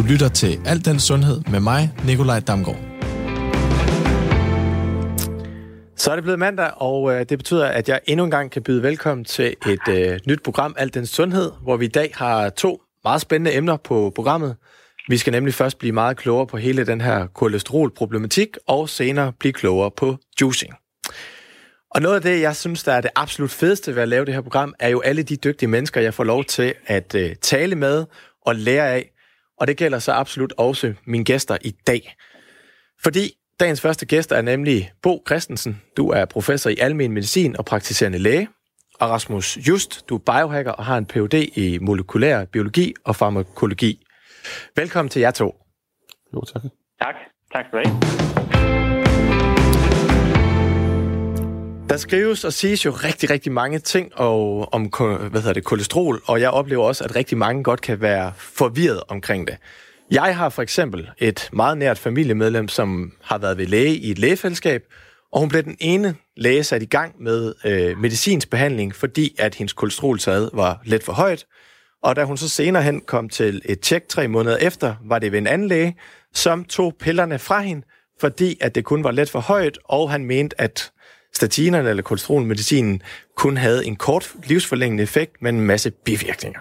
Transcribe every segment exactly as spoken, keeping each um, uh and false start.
lytter til Al den Sundhed med mig, Nikolaj Damgaard. Så er det blevet mandag, og øh, det betyder, at jeg endnu en gang kan byde velkommen til et øh, nyt program, Al den Sundhed, hvor vi i dag har to meget spændende emner på programmet. Vi skal nemlig først blive meget klogere på hele den her kolesterolproblematik, og senere blive klogere på juicing. Og noget af det, jeg synes, der er det absolut fedeste ved at lave det her program, er jo alle de dygtige mennesker, jeg får lov til at øh, tale med og lære af. Og det gælder så absolut også mine gæster i dag. Fordi dagens første gæst er nemlig Bo Christensen. Du er professor i almen medicin og praktiserende læge. Og Rasmus Just, du er biohacker og har en P H D i molekylær biologi og farmakologi. Velkommen til jer to. Jo, tak. Tak. Tak skal du have. Der skrives og siges jo rigtig, rigtig mange ting og, om hvad hedder det, kolesterol, og jeg oplever også, at rigtig mange godt kan være forvirret omkring det. Jeg har for eksempel et meget nært familiemedlem, som har været ved læge i et lægefællesskab, og hun blev den ene læge sat i gang med øh, medicinsk behandling, fordi at hendes kolesteroltal var lidt for højt. Og da hun så senere hen kom til et tjek tre måneder efter, var det ved en anden læge, som tog pillerne fra hende, fordi at det kun var lidt for højt, og han mente, at statinerne eller kolesterolmedicinen kun havde en kort livsforlængende effekt, men en masse bivirkninger.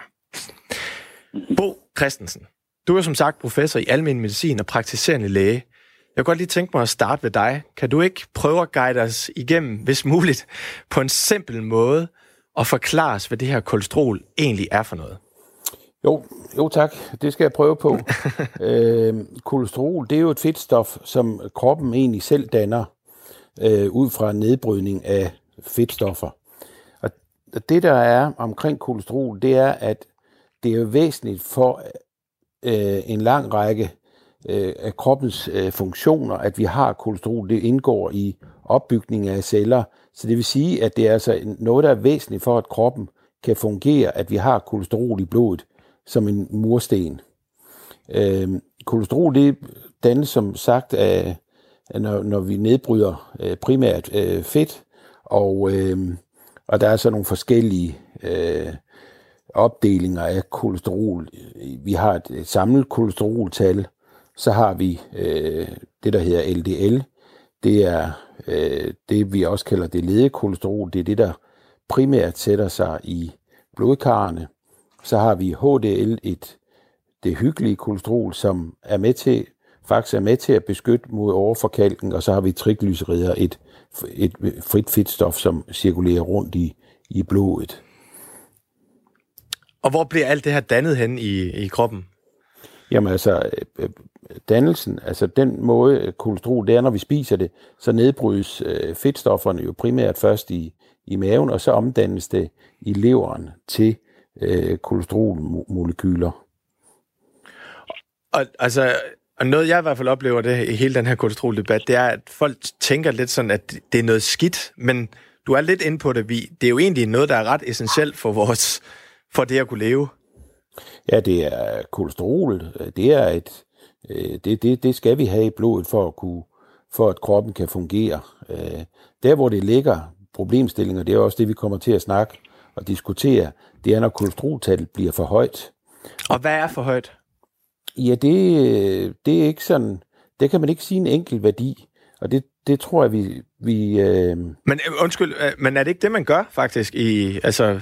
Bo Christensen, du er som sagt professor i almen medicin og praktiserende læge. Jeg kunne godt lige tænke mig at starte ved dig. Kan du ikke prøve at guide os igennem, hvis muligt, på en simpel måde, og forklare os, hvad det her kolesterol egentlig er for noget? Jo, jo tak. Det skal jeg prøve på. øh, kolesterol, det er jo et fedtstof, som kroppen egentlig selv danner, øh, ud fra nedbrydning af fedtstoffer. Og det, der er omkring kolesterol, det er, at det er væsentligt for øh, en lang række øh, af kroppens øh, funktioner, at vi har kolesterol. Det indgår i opbygning af celler. Så det vil sige, at det er altså noget, der er væsentligt for, at kroppen kan fungere, at vi har kolesterol i blodet som en mursten. Øh, kolesterol, det dannes som sagt af, af når, når vi nedbryder øh, primært øh, fedt, og, øh, og der er så nogle forskellige øh, opdelinger af kolesterol. Vi har et, et samlet kolesteroltal, så har vi øh, det, der hedder L D L. Det er øh, det, vi også kalder det ledekolesterol. Det er det, der primært sætter sig i blodkarrene. Så har vi H D L, et, det hyggelige kolesterol, som er med til, faktisk er med til at beskytte mod overforkalkning, og så har vi triglycerider, et, et frit fedtstof, som cirkulerer rundt i, i blodet. Og hvor bliver alt det her dannet hen i, i kroppen? Jamen altså, dannelsen, altså den måde kolesterol, det er, når vi spiser det, så nedbrydes fedtstofferne jo primært først i, i maven, og så omdannes det i leveren til øh, kolesterolmolekyler. Og altså, og noget jeg i hvert fald oplever det, i hele den her kolesteroldebat, det er, at folk tænker lidt sådan, at det er noget skidt, men du er lidt inde på det. Vi, det er jo egentlig noget, der er ret essentielt for vores, for det at kunne leve. Ja, det er kolesterol. Det er et, det, det, det skal vi have i blodet for at kunne, for at kroppen kan fungere. Der, hvor det ligger problemstillinger, det er også det, vi kommer til at snakke og diskutere. Det er, når kolesteroltallet bliver for højt. Og hvad er for højt? Ja, det, det er ikke sådan. Det kan man ikke sige en enkelt værdi. Og det, det tror jeg, vi... vi øh... Men undskyld, men er det ikke det, man gør faktisk i... Altså...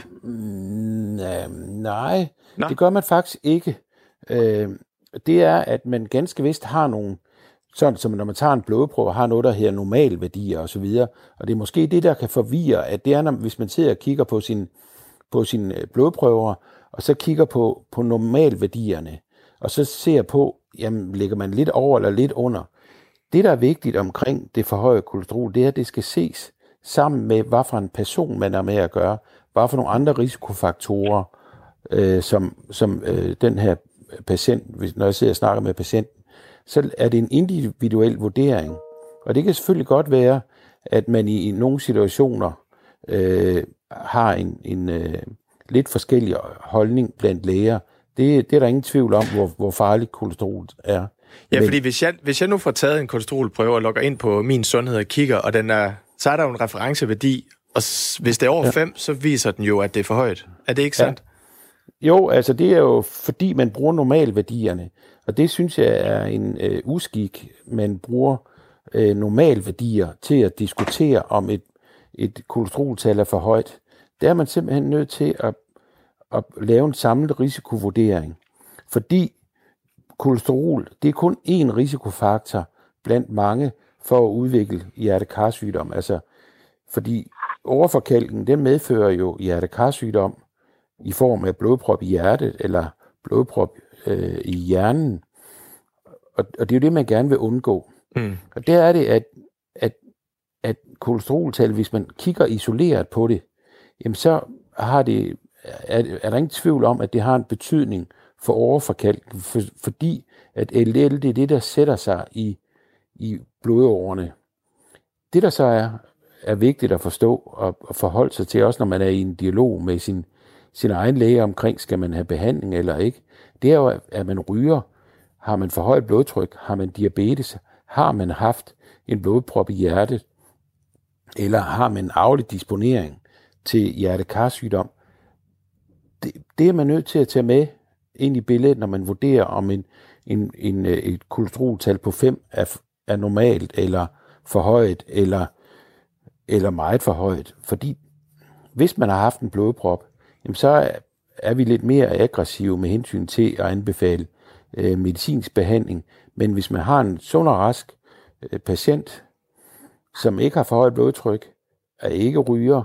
Nej, Nå. Det gør man faktisk ikke. Øh, det er, at man ganske vist har nogle... Sådan som når man tager en blodprøve, har noget, der hedder normalværdier og så videre. Og det er måske det, der kan forvirre, at det er, når, hvis man sidder og kigger på sin, på sine blodprøver, og så kigger på, på normalværdierne, og så ser på, jamen, ligger man lidt over eller lidt under. Det, der er vigtigt omkring det forhøjede kolesterol, det er, at det skal ses sammen med, hvad for en person man er med at gøre, hvad for nogle andre risikofaktorer, øh, som, som øh, den her patient, når jeg sidder og snakker med patienten, så er det en individuel vurdering. Og det kan selvfølgelig godt være, at man i, i nogle situationer øh, har en, en øh, lidt forskellig holdning blandt læger. Det, det er der ingen tvivl om, hvor, hvor farligt kolesterol er. Ja, Men, fordi hvis jeg, hvis jeg nu får taget en kolesterolprøve og logger ind på Min Sundhed og kigger, og den er, så er der jo en referenceværdi, og hvis det er over fem, ja. så viser den jo, at det er for højt. Er det ikke sandt? Jo, altså det er jo fordi, man bruger normalværdierne, og det synes jeg er en øh, uskik. Man bruger øh, normalværdier til at diskutere, om et, et kolesteroltal er for højt. Der er man simpelthen nødt til at, at lave en samlet risikovurdering, fordi kolesterol, det er kun én risikofaktor blandt mange for at udvikle hjertekarsygdom. Altså, fordi overforkalkning, det medfører jo hjertekarsygdom i form af blodprop i hjertet eller blodprop øh, i hjernen. Og, og det er jo det, man gerne vil undgå. Mm. Og der er det, at, at, at kolesteroltal, hvis man kigger isoleret på det, jamen så har det, er, er der ingen tvivl om, at det har en betydning for overforkalkning, for, fordi at L D L, det er det, der sætter sig i, i blodårene. Det, der så er, er vigtigt at forstå og, og forholde sig til, også når man er i en dialog med sin, sin egen læge omkring, skal man have behandling eller ikke, det er jo, at man ryger, har man for højt blodtryk, har man diabetes, har man haft en blodprop i hjertet, eller har man en arvelig disponering til hjertekarsygdom. Det, det er man nødt til at tage med ind i billedet, når man vurderer, om en, en, en, et kolesteroltal på fem er, er normalt, eller for højt, eller, eller meget for højt. Fordi hvis man har haft en blodprop, jamen så er, er vi lidt mere aggressive med hensyn til at anbefale øh, medicinsk behandling. Men hvis man har en sund og rask øh, patient, som ikke har for højt blodtryk, og ikke ryger,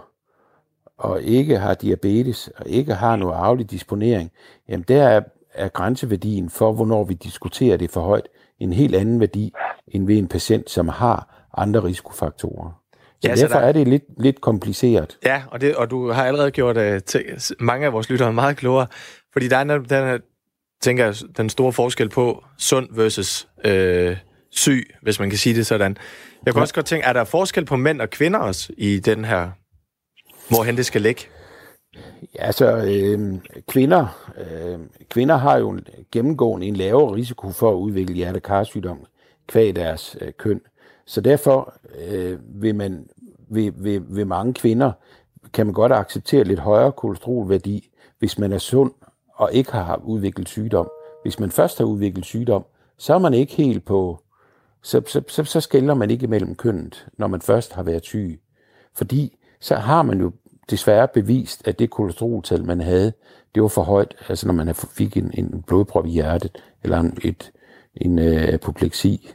og ikke har diabetes, og ikke har noget arvelig disponering, jamen der er, er grænseværdien for, hvornår vi diskuterer det for højt, en helt anden værdi, end ved en patient, som har andre risikofaktorer. Så ja, derfor så der... er det lidt, lidt kompliceret. Ja, og, det, og du har allerede gjort uh, til mange af vores lyttere meget klogere, fordi der er den her, tænker jeg, den store forskel på sund versus øh, syg, hvis man kan sige det sådan. Jeg kunne ja. også godt tænke, er der forskel på mænd og kvinder også i den her, hvorhen det skal ligge? Ja, altså øh, kvinder, øh, kvinder har jo en, gennemgående en lavere risiko for at udvikle hjertekarsygdom kvad deres øh, køn. Så derfor øh, vil man ved, ved, ved mange kvinder kan man godt acceptere lidt højere kolesterolværdi, hvis man er sund og ikke har udviklet sygdom. Hvis man først har udviklet sygdom, så er man ikke helt på, så, så, så, så skelner man ikke mellem kønnet, når man først har været syg. Fordi så har man jo desværre bevist, at det kolesteroltal, man havde, det var for højt, altså når man fik en, en blodprop i hjertet, eller en, et, en øh, apopleksi.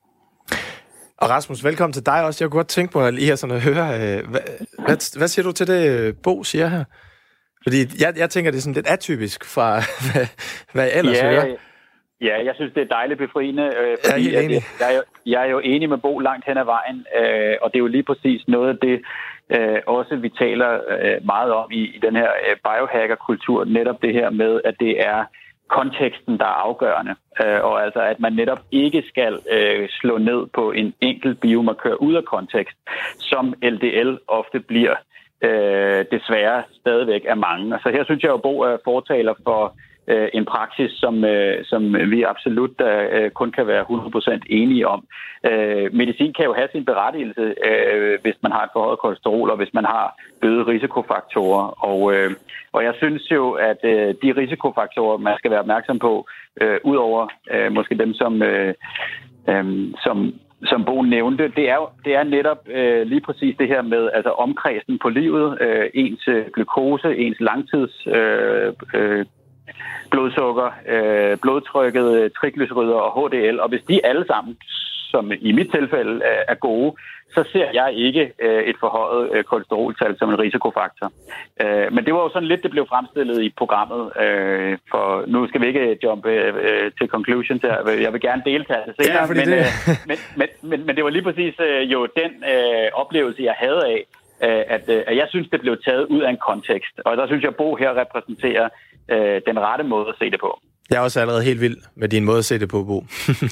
Og Rasmus, velkommen til dig også. Jeg kunne godt tænke mig lige sådan at høre, øh, hvad, hvad, hvad siger du til det, Bo siger her? Fordi jeg, jeg tænker, det er sådan lidt atypisk fra, hvad, hvad jeg ellers ja, hører. Ja, jeg synes, det er dejligt befriende, øh, fordi jeg, er jeg, jeg, er jo, jeg er jo enig med Bo langt hen ad vejen, øh, og det er jo lige præcis noget af det, øh, også vi taler øh, meget om i, i den her øh, biohacker-kultur, netop det her med, at det er konteksten, der er afgørende, øh, og altså at man netop ikke skal øh, slå ned på en enkelt biomarkør ud af kontekst, som L D L ofte bliver øh, desværre stadigvæk af mange. Altså her synes jeg jo, Bo er fortaler for øh, en praksis, som, øh, som vi absolut øh, kun kan være hundrede procent enige om. Øh, medicin kan jo have sin berettigelse, øh, hvis man har et forhøjet kolesterol, og hvis man har øgede risikofaktorer. Og, øh, og jeg synes jo, at øh, de risikofaktorer, man skal være opmærksom på, øh, udover øh, måske dem, som, øh, øh, som, som Bo nævnte, det er, det er netop øh, lige præcis det her med altså omkredsen på livet, øh, ens glukose, ens langtids øh, øh, blodsukker, øh, blodtrykket, triglycerider og H D L, og hvis de alle sammen, som i mit tilfælde, øh, er gode, så ser jeg ikke øh, et forhøjet øh, kolesteroltal som en risikofaktor. Øh, men det var jo sådan lidt, det blev fremstillet i programmet, øh, for nu skal vi ikke jumpe øh, til conclusions her. Jeg vil gerne deltage det senere, ja, men, det... Øh, men, men, men, men det var lige præcis øh, jo den øh, oplevelse, jeg havde af, øh, at, øh, at jeg synes, det blev taget ud af en kontekst. Og der synes jeg, Bo her repræsenterer øh, den rette måde at se det på. Jeg er også allerede helt vild med din måde at se det på, Bo.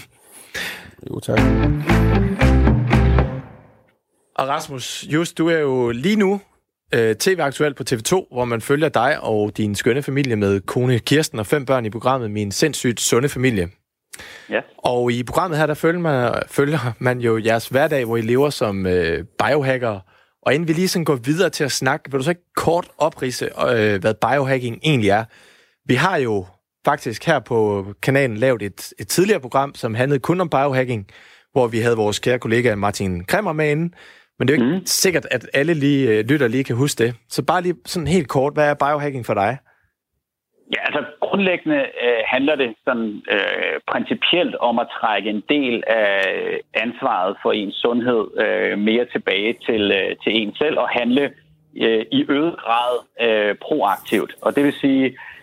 Jo, tak. Og Rasmus, just du er jo lige nu øh, T V-aktuel på T V to, hvor man følger dig og din skønne familie med kone Kirsten og fem børn i programmet Min sindssygt sunde familie. Ja. Og i programmet her, der følger man, følger man jo jeres hverdag, hvor I lever som øh, biohacker. Og inden vi lige sådan går videre til at snakke, vil du så ikke kort opridse, øh, hvad biohacking egentlig er? Vi har jo faktisk her på kanalen lavet et, et tidligere program, som handlede kun om biohacking, hvor vi havde vores kære kollega Martin Kremmer med inde. Men det er jo ikke mm. sikkert, at alle lige lytter lige kan huske det. Så bare lige sådan helt kort, hvad er biohacking for dig? Ja, altså grundlæggende øh, handler det sådan øh, principielt om at trække en del af ansvaret for ens sundhed øh, mere tilbage til, øh, til en selv og handle øh, i øget grad øh, proaktivt. Og det vil sige,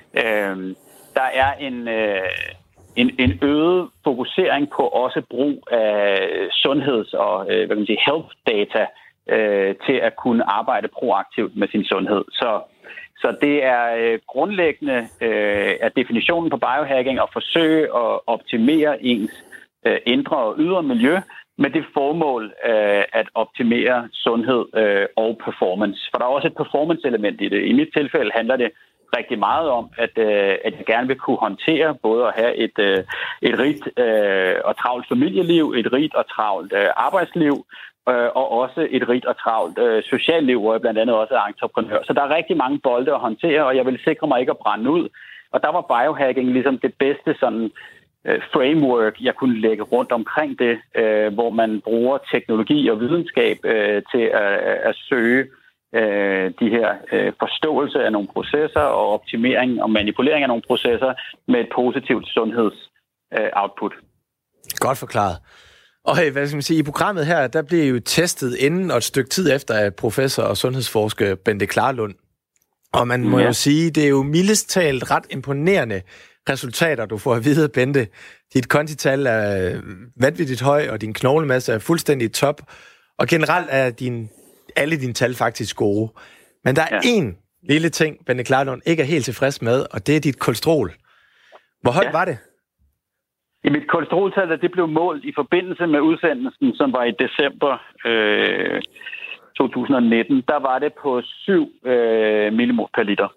øh, der er en, øh, en, en øget fokusering på også brug af sundheds- og øh, hvad kan man sige, health data øh, til at kunne arbejde proaktivt med sin sundhed. Så Så det er øh, grundlæggende øh, at definitionen på biohacking at forsøge at optimere ens øh, indre og ydre miljø med det formål øh, at optimere sundhed øh, og performance. For der er også et performance-element i det. I mit tilfælde handler det rigtig meget om, at, øh, at jeg gerne vil kunne håndtere både at have et, øh, et rigt øh, og travlt familieliv, et rigt og travlt øh, arbejdsliv, og også et rigt og travlt øh, socialliv, hvor jeg blandt andet også er entreprenør. Så der er rigtig mange bolde at håndtere, og jeg vil sikre mig ikke at brænde ud. Og der var biohacking ligesom det bedste sådan, øh, framework, jeg kunne lægge rundt omkring det, øh, hvor man bruger teknologi og videnskab øh, til at, at søge øh, de her øh, forståelse af nogle processer og optimering og manipulering af nogle processer med et positivt sundhedsoutput. Øh, Godt forklaret. Og hey, hvad skal man sige, i programmet her, der bliver jo testet inden og et stykke tid efter af professor og sundhedsforsker Bente Klarlund. Og man må ja. jo sige, det er jo mildest talt ret imponerende resultater, du får at vide, Bente. Dit kontital er vanvittigt høj, og din knoglemasse er fuldstændig top. Og generelt er din, alle dine tal faktisk gode. Men der er ja. én lille ting, Bente Klarlund ikke er helt tilfreds med, og det er dit kolesterol. Hvor højt ja. var det? I mit kolesteroltal, det blev målt i forbindelse med udsendelsen, som var i december øh, to tusind nitten, der var det på syv øh, millimol per liter.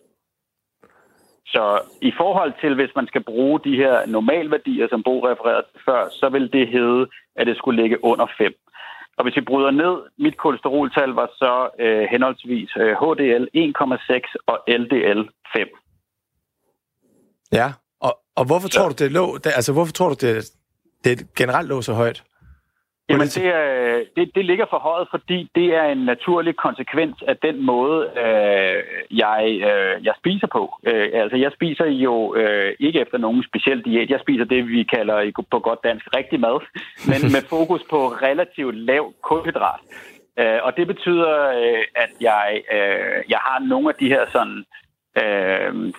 Så i forhold til, hvis man skal bruge de her normalværdier, som Bo refererede til før, så vil det hedde, at det skulle ligge under fem. Og hvis vi bryder ned, mit kolesteroltal var så øh, henholdsvis øh, H D L en komma seks og L D L fem. Ja. Og, og hvorfor tror du, det lå, altså hvorfor tror du, det, det generelt lå så højt? Jamen, det, er, det, det ligger for højt, fordi det er en naturlig konsekvens af den måde, øh, jeg, øh, jeg spiser på. Øh, altså, jeg spiser jo øh, ikke efter nogen speciel diæt. Jeg spiser det, vi kalder på godt dansk rigtig mad, men med fokus på relativt lav kulhydrat. Øh, og det betyder, øh, at jeg, øh, jeg har nogle af de her sådan... Øh,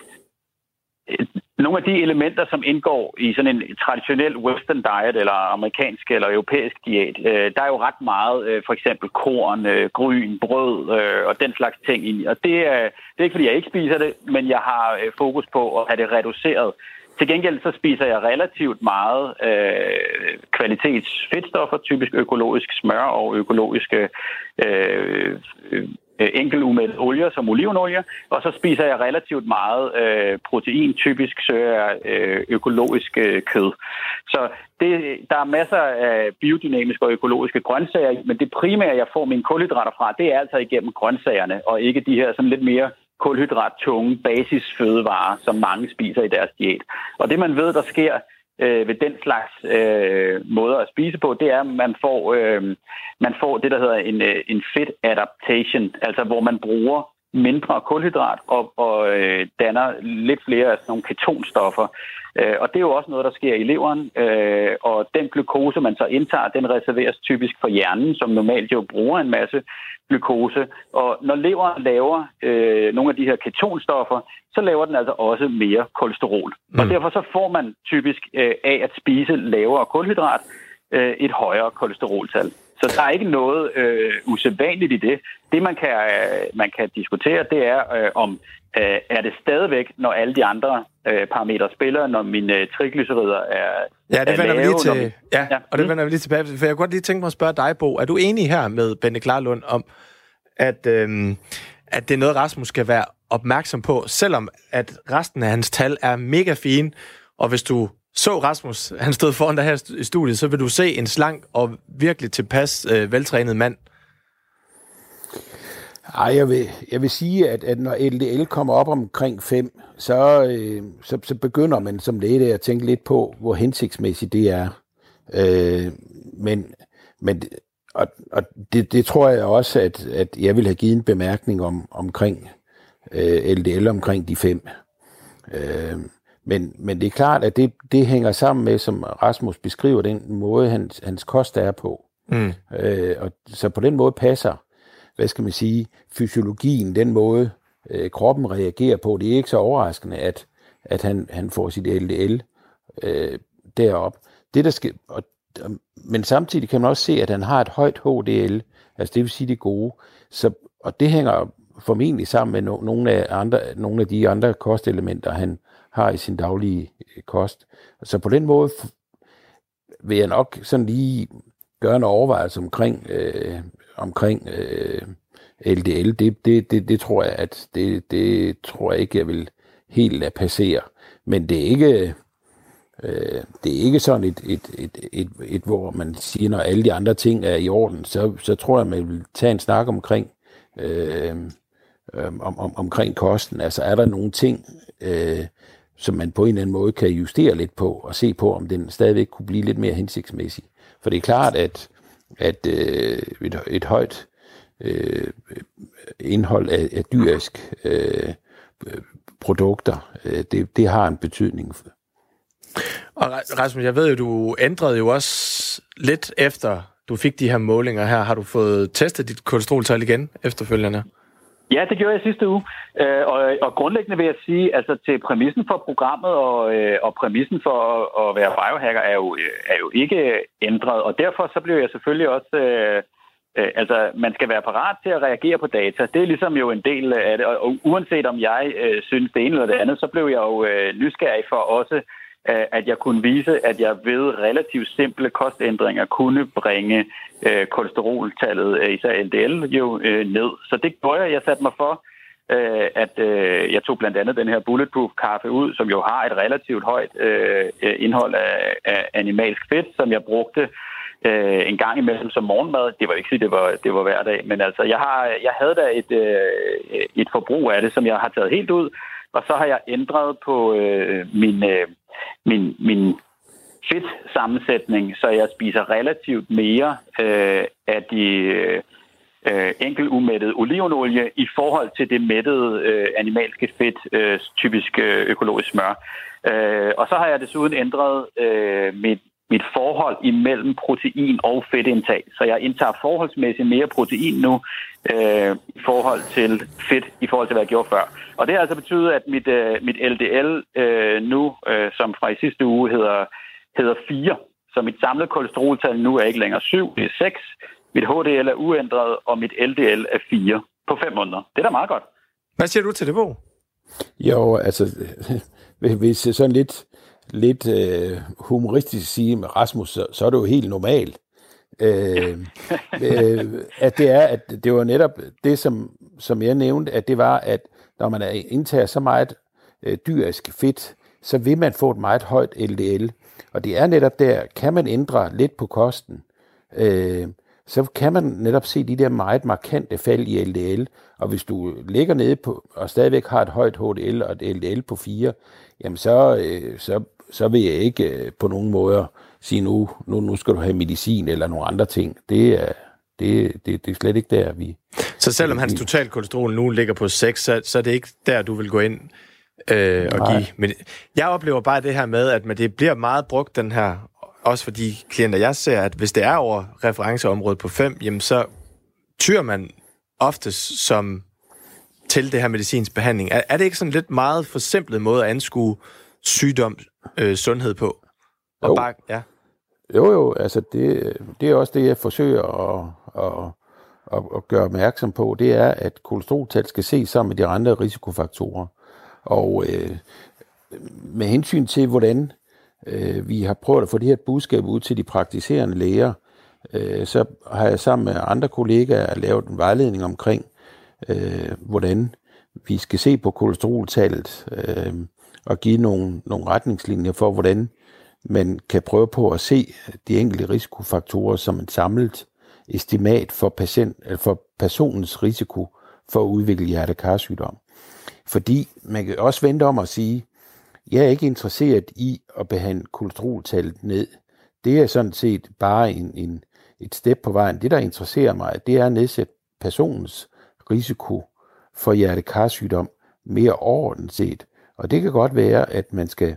Nogle af de elementer, som indgår i sådan en traditionel western diet, eller amerikansk eller europæisk diæt, øh, der er jo ret meget, øh, for eksempel korn, øh, gryn, brød øh, og den slags ting i. Og det er, det er ikke, fordi jeg ikke spiser det, men jeg har øh, fokus på at have det reduceret. Til gengæld så spiser jeg relativt meget øh, kvalitetsfedtstoffer, typisk økologisk smør og økologiske øh, øh, enkelumættede olier som olivenolie, og så spiser jeg relativt meget øh, protein, typisk søger jeg øh, økologisk øh, kød. Så det, der er masser af biodynamiske og økologiske grøntsager, men det primære, jeg får mine kulhydrater fra, det er altså igennem grøntsagerne, og ikke de her sådan lidt mere kulhydrattunge basisfødevarer, som mange spiser i deres diæt. Og det man ved, der sker øh, ved den slags øh, måder at spise på, det er, at man får, øh, man får det, der hedder en, en fat adaptation, altså hvor man bruger mindre kulhydrat og, og øh, danner lidt flere af sådan nogle ketonstoffer. Øh, og det er jo også noget, der sker i leveren, øh, og den glukose, man så indtager, den reserveres typisk for hjernen, som normalt jo bruger en masse glukose. Og når leveren laver øh, nogle af de her ketonstoffer, så laver den altså også mere kolesterol. Mm. Og derfor så får man typisk øh, af at spise lavere kulhydrat øh, et højere kolesteroltal. Så der er ikke noget øh, usædvanligt i det. Det, man kan, øh, man kan diskutere, det er, øh, om øh, er det stadigvæk, når alle de andre øh, parametre spiller, når mine øh, triglycerider er Ja, det vender vi lige til. Vi, ja, ja, og det mm. vender vi lige tilbage. For jeg kunne godt lige tænke mig at spørge dig, Bo. Er du enig her med Bente Klarlund om, at, øh, at det er noget, Rasmus skal være opmærksom på, selvom at resten af hans tal er mega fine, og hvis du så Rasmus, han stod foran dig her i studiet, så vil du se en slank og virkelig tilpas øh, veltrænet mand. Ej, jeg vil, jeg vil sige, at, at når L D L kommer op omkring fem, så, øh, så, så begynder man som læge at tænke lidt på, hvor hensigtsmæssigt det er. Øh, men men og, og det, det tror jeg også, at, at jeg vil have givet en bemærkning om omkring øh, L D L omkring de fem. Øh, men, men det er klart, at det, det hænger sammen med, som Rasmus beskriver, den måde, hans, hans kost er på. Mm. Øh, og så på den måde passer, hvad skal man sige, fysiologien, den måde, øh, kroppen reagerer på. Det er ikke så overraskende, at, at han, han får sit L D L øh, derop. Det, der skal, og, men samtidig kan man også se, at han har et højt H D L, altså det vil sige det gode. Så, og det hænger formentlig sammen med no, nogle, af andre, nogle af de andre kostelementer, han har i sin daglige kost. Så på den måde vil jeg nok sådan lige gøre en overvejelse omkring, øh, omkring øh, L D L. Det, det, det, det tror jeg, at det, det tror jeg ikke, jeg vil helt lade passere. Men det er ikke, øh, det er ikke sådan et, et, et, et, et, hvor man siger, når alle de andre ting er i orden, så, så tror jeg, man vil tage en snak omkring, øh, øh, om, om, omkring kosten. Altså er der nogle ting, øh, som man på en eller anden måde kan justere lidt på, og se på, om den stadigvæk kunne blive lidt mere hensigtsmæssig. For det er klart, at, at øh, et, et højt øh, indhold af, af dyrisk øh, produkter, øh, det, det har en betydning. Og Rasmus, jeg ved jo, du ændrede jo også lidt efter, du fik de her målinger her. Har du fået testet dit kolesteroltal igen efterfølgende? Ja, det gjorde jeg sidste uge, øh, og, og grundlæggende vil jeg sige, altså til præmissen for programmet og, øh, og præmissen for at, at være biohacker er jo, er jo ikke ændret, og derfor så blev jeg selvfølgelig også, øh, øh, altså man skal være parat til at reagere på data, det er ligesom jo en del af det, og, og uanset om jeg øh, synes det ene eller det andet, så blev jeg jo øh, nysgerrig for også, at jeg kunne vise, at jeg ved relativt simple kostændringer kunne bringe øh, kolesteroltallet, især L D L, jo øh, ned. Så det gjorde jeg. Jeg satte mig for, øh, at øh, jeg tog blandt andet den her Bulletproof kaffe ud, som jo har et relativt højt øh, indhold af, af animalsk fedt, som jeg brugte øh, en gang imellem som morgenmad. Det var ikke sige, det var det var hver dag, men altså jeg har jeg havde da et øh, et forbrug af det, som jeg har taget helt ud, og så har jeg ændret på øh, min øh, min, min fedtsammensætning, så jeg spiser relativt mere øh, af de øh, enkelt umættede olivenolie i forhold til det mættede øh, animalske fedt, øh, typisk øh, økologisk smør. Øh, og så har jeg desuden ændret øh, mit, mit forhold imellem protein og fedtindtag. Så jeg indtager forholdsmæssigt mere protein nu øh, i forhold til fedt, i forhold til hvad jeg gjorde før. Og det har altså betydet, at mit, øh, mit L D L øh, nu, øh, som fra i sidste uge, hedder, hedder fire. Så mit samlede kolesteroltal nu er ikke længere syv, det er seks. Mit H D L er uændret, og mit L D L er fire på fem måneder. Det er da meget godt. Hvad siger du til det, Bo? Jo, altså, hvis jeg sådan lidt, lidt øh, humoristisk siger med Rasmus, så, så er det jo helt normalt. Øh, øh, at det er, at det var netop det, som, som jeg nævnte, at det var, at når man indtager så meget øh, dyrisk fedt, så vil man få et meget højt L D L. Og det er netop der, kan man ændre lidt på kosten, øh, så kan man netop se de der meget markante fald i L D L. Og hvis du ligger nede på, og stadigvæk har et højt H D L og et L D L på fire, jamen så, øh, så, så vil jeg ikke øh, på nogen måder sige, nu, nu, nu skal du have medicin eller nogle andre ting. Det er, det, det, det er slet ikke der, vi... Så selvom hans total kolesterol nu ligger på seks, så, så er det ikke der, du vil gå ind øh, og give... Men jeg oplever bare det her med, at det bliver meget brugt, den her, også for de klienter, jeg ser, at hvis det er over referenceområdet på fem, jamen så tyr man oftest som til det her medicinsk behandling. Er, er det ikke sådan lidt meget forsimplet måde at anskue sygdom, øh, sundhed på? Og jo. Bare, ja. jo, jo, altså det, det er også det, jeg forsøger at, at, at, at gøre opmærksom på, det er, at kolesteroltal skal ses sammen med de andre risikofaktorer. Og øh, med hensyn til, hvordan øh, vi har prøvet at få det her budskab ud til de praktiserende læger, øh, så har jeg sammen med andre kollegaer lavet en vejledning omkring, øh, hvordan vi skal se på kolesteroltallet øh, og give nogle, nogle retningslinjer for, hvordan man kan prøve på at se de enkelte risikofaktorer som et samlet estimat for, patient, for personens risiko for at udvikle hjertekarsygdom. Fordi man kan også vente om at sige, jeg er ikke interesseret i at behandle kolesteroltallet ned. Det er sådan set bare en, en, et step på vejen. Det, der interesserer mig, det er at nedsætte personens risiko for hjertekarsygdom mere overordnet set. Og det kan godt være, at man skal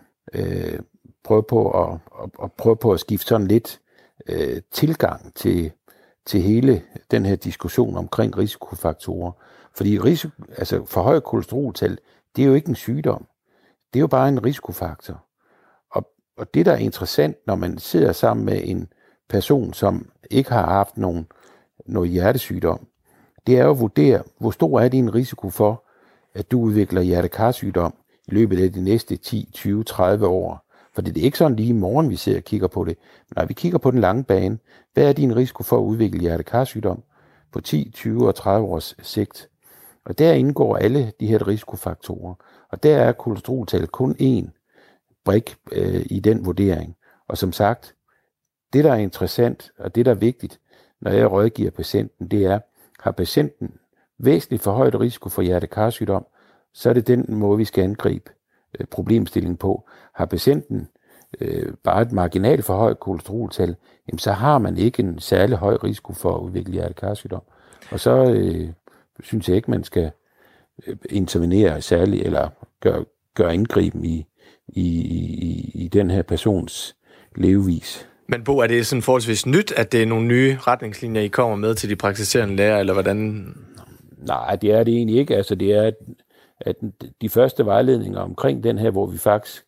øh, prøve, på at, at, at prøve på at skifte sådan lidt øh, tilgang til, til hele den her diskussion omkring risikofaktorer. Fordi risiko, altså for højt kolesteroltal, det er jo ikke en sygdom. Det er jo bare en risikofaktor. Og, og det, der er interessant, når man sidder sammen med en person, som ikke har haft nogen, noget hjertesygdom, det er jo at vurdere, hvor stor er din risiko for, at du udvikler hjertekarsygdom i løbet af de næste ti, tyve, tredive år. For det er ikke sådan lige i morgen, vi ser og kigger på det. Men når vi kigger på den lange bane, hvad er din risiko for at udvikle hjertekarsygdom på ti, tyve og tredive års sigt? Og der indgår alle de her risikofaktorer. Og der er kolesteroltal kun én brik øh, i den vurdering. Og som sagt, det der er interessant, og det der er vigtigt, når jeg rådgiver patienten, det er, har patienten væsentligt for højt risiko for hjertekarsygdom, så er det den måde, vi skal angribe øh, problemstillingen på. Har patienten øh, bare et marginalt for højt kolesteroltal, jamen, så har man ikke en særlig høj risiko for at udvikle hjertekarsygdom. Og så øh, synes jeg ikke, man skal øh, intervenere særligt, eller gøre, gøre indgriben i, i, i, i den her persons levevis. Men Bo, er det sådan forholdsvis nyt, at det er nogle nye retningslinjer, I kommer med til de praktiserende læger, eller hvordan? Nej, det er det egentlig ikke. Altså, det er, at, at de første vejledninger omkring den her, hvor vi faktisk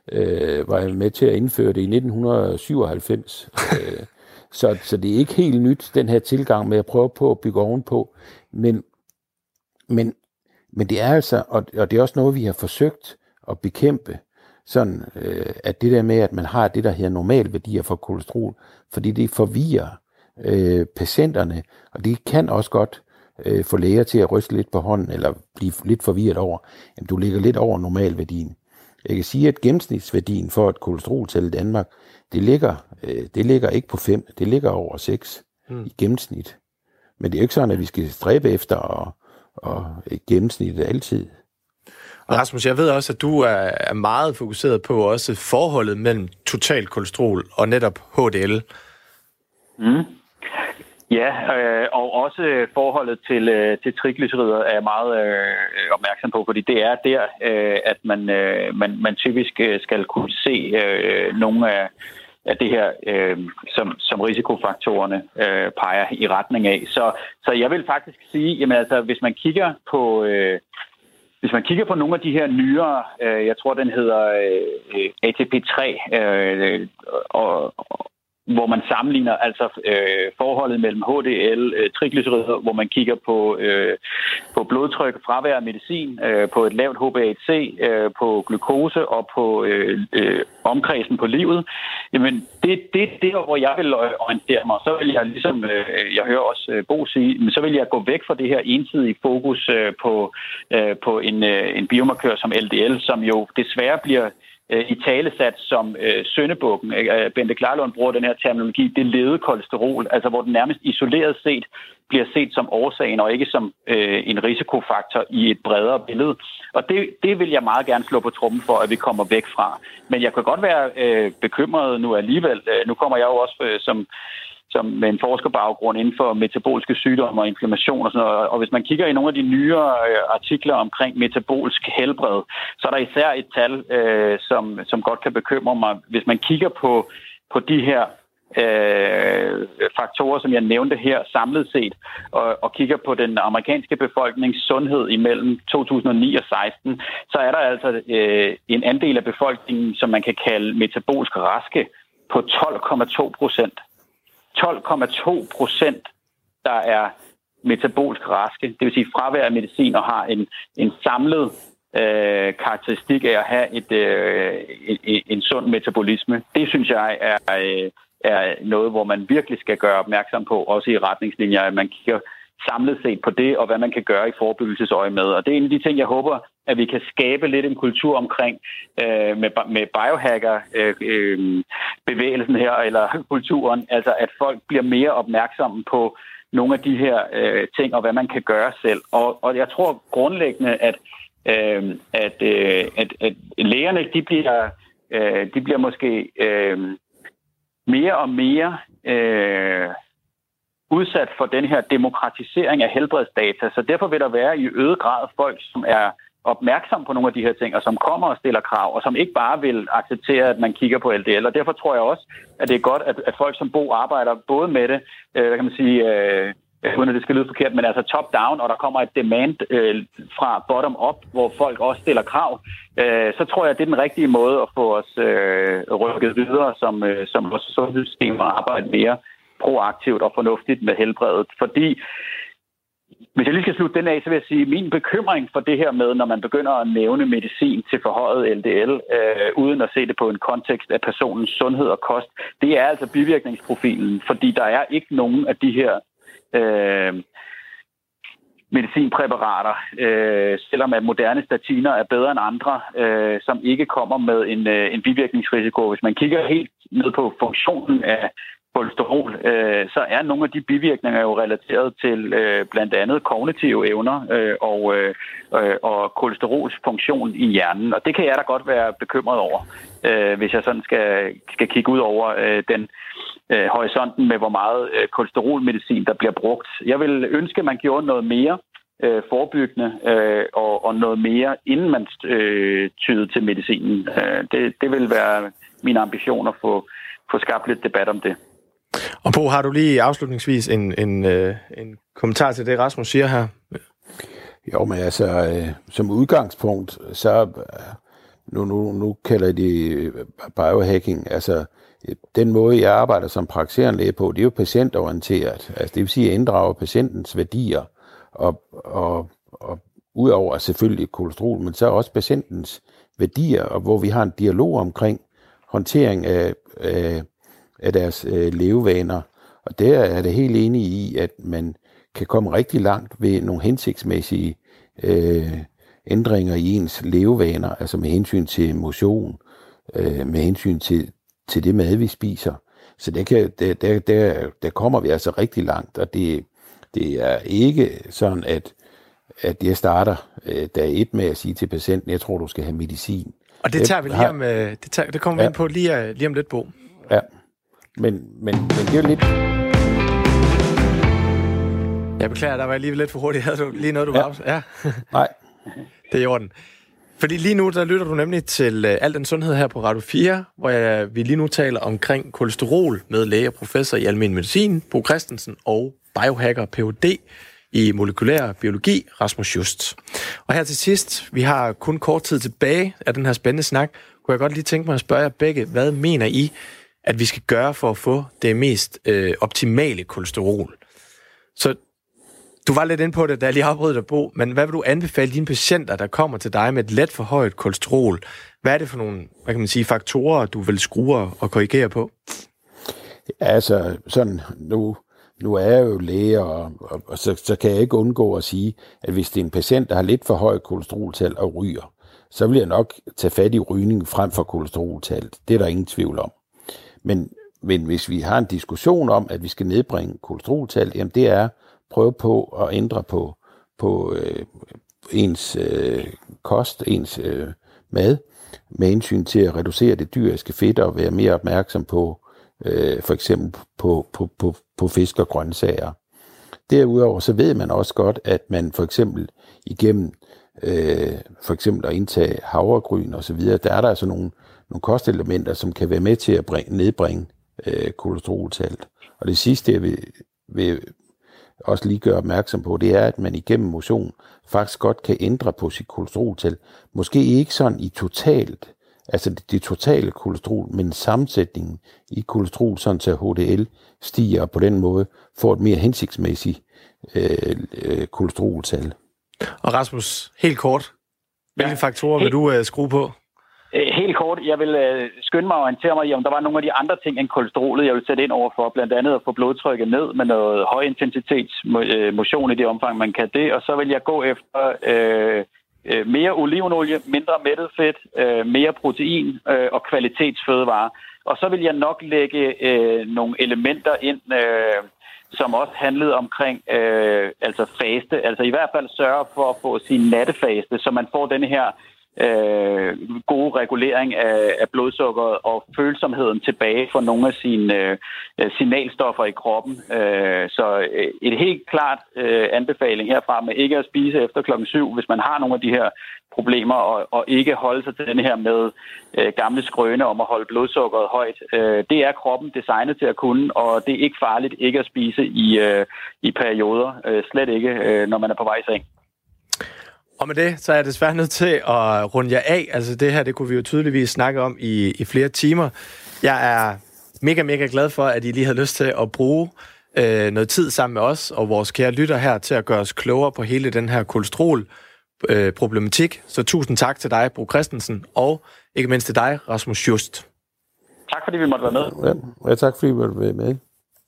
øh, var med til at indføre det i nitten syvoghalvfems. øh, så, så det er ikke helt nyt, den her tilgang med at prøve på at bygge ovenpå. Men, men, men det er altså, og, og det er også noget, vi har forsøgt at bekæmpe, sådan øh, at det der med, at man har det, der hedder normalværdier for kolesterol, fordi det forvirrer øh, patienterne, og det kan også godt øh, få læger til at ryste lidt på hånden, eller blive lidt forvirret over, jamen du ligger lidt over normalværdien. Jeg kan sige, at gennemsnitsværdien for et kolesteroltal i Danmark, det ligger, øh, det ligger ikke på fem, det ligger over seks mm. i gennemsnit. Men det er jo ikke sådan, at vi skal stræbe efter og, og et gennemsnit altid. Og Rasmus, jeg ved også, at du er meget fokuseret på også forholdet mellem total kolesterol og netop H D L. Mm. Ja, øh, og også forholdet til, øh, til triglycerider er jeg meget øh, opmærksom på, fordi det er der, øh, at man, øh, man, man typisk skal kunne se øh, nogle af, af det her, øh, som, som risikofaktorerne øh, peger i retning af. Så, så jeg vil faktisk sige, jamen altså, hvis man kigger på... Øh, Hvis man kigger på nogle af de her nyere, øh, jeg tror, den hedder øh, A T P tre, øh, og, og, hvor man sammenligner altså øh, forholdet mellem H D L, øh, triglycerider, hvor man kigger på, øh, på blodtryk, fravær af medicin, øh, på et lavt H b A one C, øh, på glukose og på øh, øh, omkredsen på livet. Jamen, det, det er der, hvor jeg vil orientere mig. Så vil jeg ligesom, øh, jeg hører også øh, Bo sige, men så vil jeg gå væk fra det her ensidige fokus øh, på, øh, på en, øh, en biomarkør som L D L, som jo desværre bliver i talesat som øh, syndebukken. Øh, Bente Klarlund bruger den her terminologi, det lede kolesterol, altså hvor den nærmest isoleret set bliver set som årsagen og ikke som øh, en risikofaktor i et bredere billede. Og det, det vil jeg meget gerne slå på trommen for, at vi kommer væk fra. Men jeg kan godt være øh, bekymret nu alligevel. Øh, nu kommer jeg jo også øh, som som med en forskerbaggrund inden for metaboliske sygdomme og inflammation og sådan noget. Og hvis man kigger i nogle af de nyere artikler omkring metabolsk helbred, så er der især et tal, øh, som, som godt kan bekymre mig. Hvis man kigger på, på de her øh, faktorer, som jeg nævnte her samlet set, og, og kigger på den amerikanske befolknings sundhed imellem to tusind og ni og seksten, så er der altså øh, en andel af befolkningen, som man kan kalde metabolsk raske, på tolv komma to procent. tolv komma to procent, der er metabolsk raske, det vil sige fravær af medicin og har en, en samlet øh, karakteristik af at have et, øh, en, en sund metabolisme. Det synes jeg er, øh, er noget, hvor man virkelig skal gøre opmærksom på, også i retningslinjer, at man kigger samlet set på det, og hvad man kan gøre i forebyggelsesøje med. Og det er en af de ting, jeg håber, at vi kan skabe lidt en kultur omkring øh, med, med biohacker-bevægelsen øh, her, eller kulturen, altså at folk bliver mere opmærksomme på, nogle af de her øh, ting, og hvad man kan gøre selv. Og, og jeg tror grundlæggende, at, øh, at, øh, at, at lægerne, de bliver, øh, de bliver måske øh, mere og mere øh, udsat for den her demokratisering af helbredsdata. Så derfor vil der være i øget grad folk, som er opmærksom på nogle af de her ting, og som kommer og stiller krav, og som ikke bare vil acceptere, at man kigger på L D L. Og derfor tror jeg også, at det er godt, at, at folk som Bo arbejder både med det, øh, hvad kan man sige, øh, uden at det skal lyde forkert, men altså top-down, og der kommer et demand øh, fra bottom-up, hvor folk også stiller krav. Øh, så tror jeg, at det er den rigtige måde at få os øh, rykket videre, som, øh, som vores sundhedssystem og arbejde mere proaktivt og fornuftigt med helbredet. Fordi hvis jeg lige skal slutte den af, så vil jeg sige, at min bekymring for det her med, når man begynder at nævne medicin til forhøjet L D L, øh, uden at se det på en kontekst af personens sundhed og kost, det er altså bivirkningsprofilen, fordi der er ikke nogen af de her øh, medicinpræparater, øh, selvom at moderne statiner er bedre end andre, øh, som ikke kommer med en, øh, en bivirkningsrisiko. Hvis man kigger helt ned på funktionen af kolesterol, øh, så er nogle af de bivirkninger jo relateret til øh, blandt andet kognitive evner øh, og, øh, og kolesterols funktion i hjernen. Og det kan jeg da godt være bekymret over, øh, hvis jeg sådan skal, skal kigge ud over øh, den øh, horisonten med, hvor meget øh, kolesterolmedicin, der bliver brugt. Jeg vil ønske, at man gjorde noget mere øh, forebyggende øh, og, og noget mere, inden man øh, tyder til medicinen. Øh, det, det vil være min ambition at få, få skabt lidt debat om det. Og Bo, har du lige afslutningsvis en, en, øh, en kommentar til det, Rasmus siger her? Jo, men altså, øh, som udgangspunkt, så øh, nu, nu, nu kalder jeg det biohacking. Altså, den måde, jeg arbejder som praktiserende læge på, det er jo patientorienteret. Altså, det vil sige, at jeg inddrager patientens værdier, og, og, og udover selvfølgelig kolesterol, men så også patientens værdier, og hvor vi har en dialog omkring håndtering af, af af deres øh, levevaner. Og der er det helt enig i, at man kan komme rigtig langt ved nogle hensigtsmæssige øh, ændringer i ens levevaner, altså med hensyn til motion, øh, med hensyn til, til det mad, vi spiser. Så der, kan, der, der, der, der kommer vi altså rigtig langt, og det, det er ikke sådan, at, at jeg starter øh, dag et med at sige til patienten, jeg tror, du skal have medicin. Og det tager vi lige om, øh, det, tager, det kommer vi ja. ind på lige, lige om lidt, Bo. Ja. Men, men, men det er jo lidt... Jeg beklager, der var jeg lige lidt for hurtigt. Havde du lige noget, du ja. var... Ja. Nej. Det er i orden. Fordi lige nu, der lytter du nemlig til uh, Al den Sundhed her på Radio fire, hvor jeg, vi lige nu taler omkring kolesterol med læge og professor i almen medicin, Bo Christensen, og biohacker P H D i molekylær biologi, Rasmus Just. Og her til sidst, vi har kun kort tid tilbage af den her spændende snak, kunne jeg godt lige tænke mig at spørge jer begge, hvad mener I, at vi skal gøre for at få det mest øh, optimale kolesterol? Så du var lidt inde på det, da jeg lige afbrød dig, Bo, men hvad vil du anbefale dine patienter, der kommer til dig med et let forhøjet kolesterol? Hvad er det for nogle, hvad kan man sige, faktorer, du vil skrue og korrigere på? Ja, altså, sådan, nu, nu er jeg jo læge, og, og, og så, så kan jeg ikke undgå at sige, at hvis det er en patient, der har lidt for højt kolesteroltal og ryger, så vil jeg nok tage fat i rygning frem for kolesteroltal. Det er der ingen tvivl om. Men, men hvis vi har en diskussion om, at vi skal nedbringe kolesteroltal, jamen det er prøve på at ændre på, på øh, ens øh, kost, ens øh, mad, med hensyn til at reducere det dyriske fedt og være mere opmærksom på øh, for eksempel på, på, på, på fisk og grøntsager. Derudover så ved man også godt, at man for eksempel igennem øh, for eksempel at indtage havregryn og så videre, der er der altså nogle, nogle kostelementer, som kan være med til at bringe, nedbringe øh, kolesteroltallet. Og det sidste, jeg vil, vil også lige gøre opmærksom på, det er, at man igennem motion faktisk godt kan ændre på sit kolesteroltal. Måske ikke sådan i totalt, altså det, det totale kolesterol, men sammensætningen i kolesterol, sådan så H D L stiger, og på den måde får et mere hensigtsmæssigt øh, øh, kolesteroltal. Og Rasmus, helt kort, hvilke ja. faktorer vil du øh, skrue på? Helt kort, jeg vil øh, skynde mig og orientere mig i, om der var nogle af de andre ting end kolesterolet, jeg vil sætte ind over for, blandt andet at få blodtrykket ned med noget højintensitets motion i det omfang, man kan det, og så vil jeg gå efter øh, øh, mere olivenolie, mindre mættet fedt, øh, mere protein øh, og kvalitetsfødevarer. Og så vil jeg nok lægge øh, nogle elementer ind, øh, som også handlede omkring øh, altså faste, altså i hvert fald sørge for at få sin nattefaste, så man får denne her øh, gode regulering af, af blodsukkeret og følsomheden tilbage for nogle af sine øh, signalstoffer i kroppen. Øh, så øh, et helt klart øh, anbefaling herfra med ikke at spise efter klokken syv, hvis man har nogle af de her problemer, og, og ikke holde sig til den her med øh, gamle skrøne om at holde blodsukkeret højt. Øh, det er kroppen designet til at kunne, og det er ikke farligt ikke at spise i, øh, i perioder. Øh, slet ikke, øh, når man er på vej i seng. Og med det, så er jeg desværre nødt til at runde jer af. Altså det her, det kunne vi jo tydeligvis snakke om i, i flere timer. Jeg er mega, mega glad for, at I lige har lyst til at bruge øh, noget tid sammen med os og vores kære lytter her til at gøre os klogere på hele den her kolesterol øh, problematik. Så tusind tak til dig, Bo Christensen, og ikke mindst til dig, Rasmus Just. Tak fordi vi måtte være med. Ja, ja tak fordi vi måtte være med.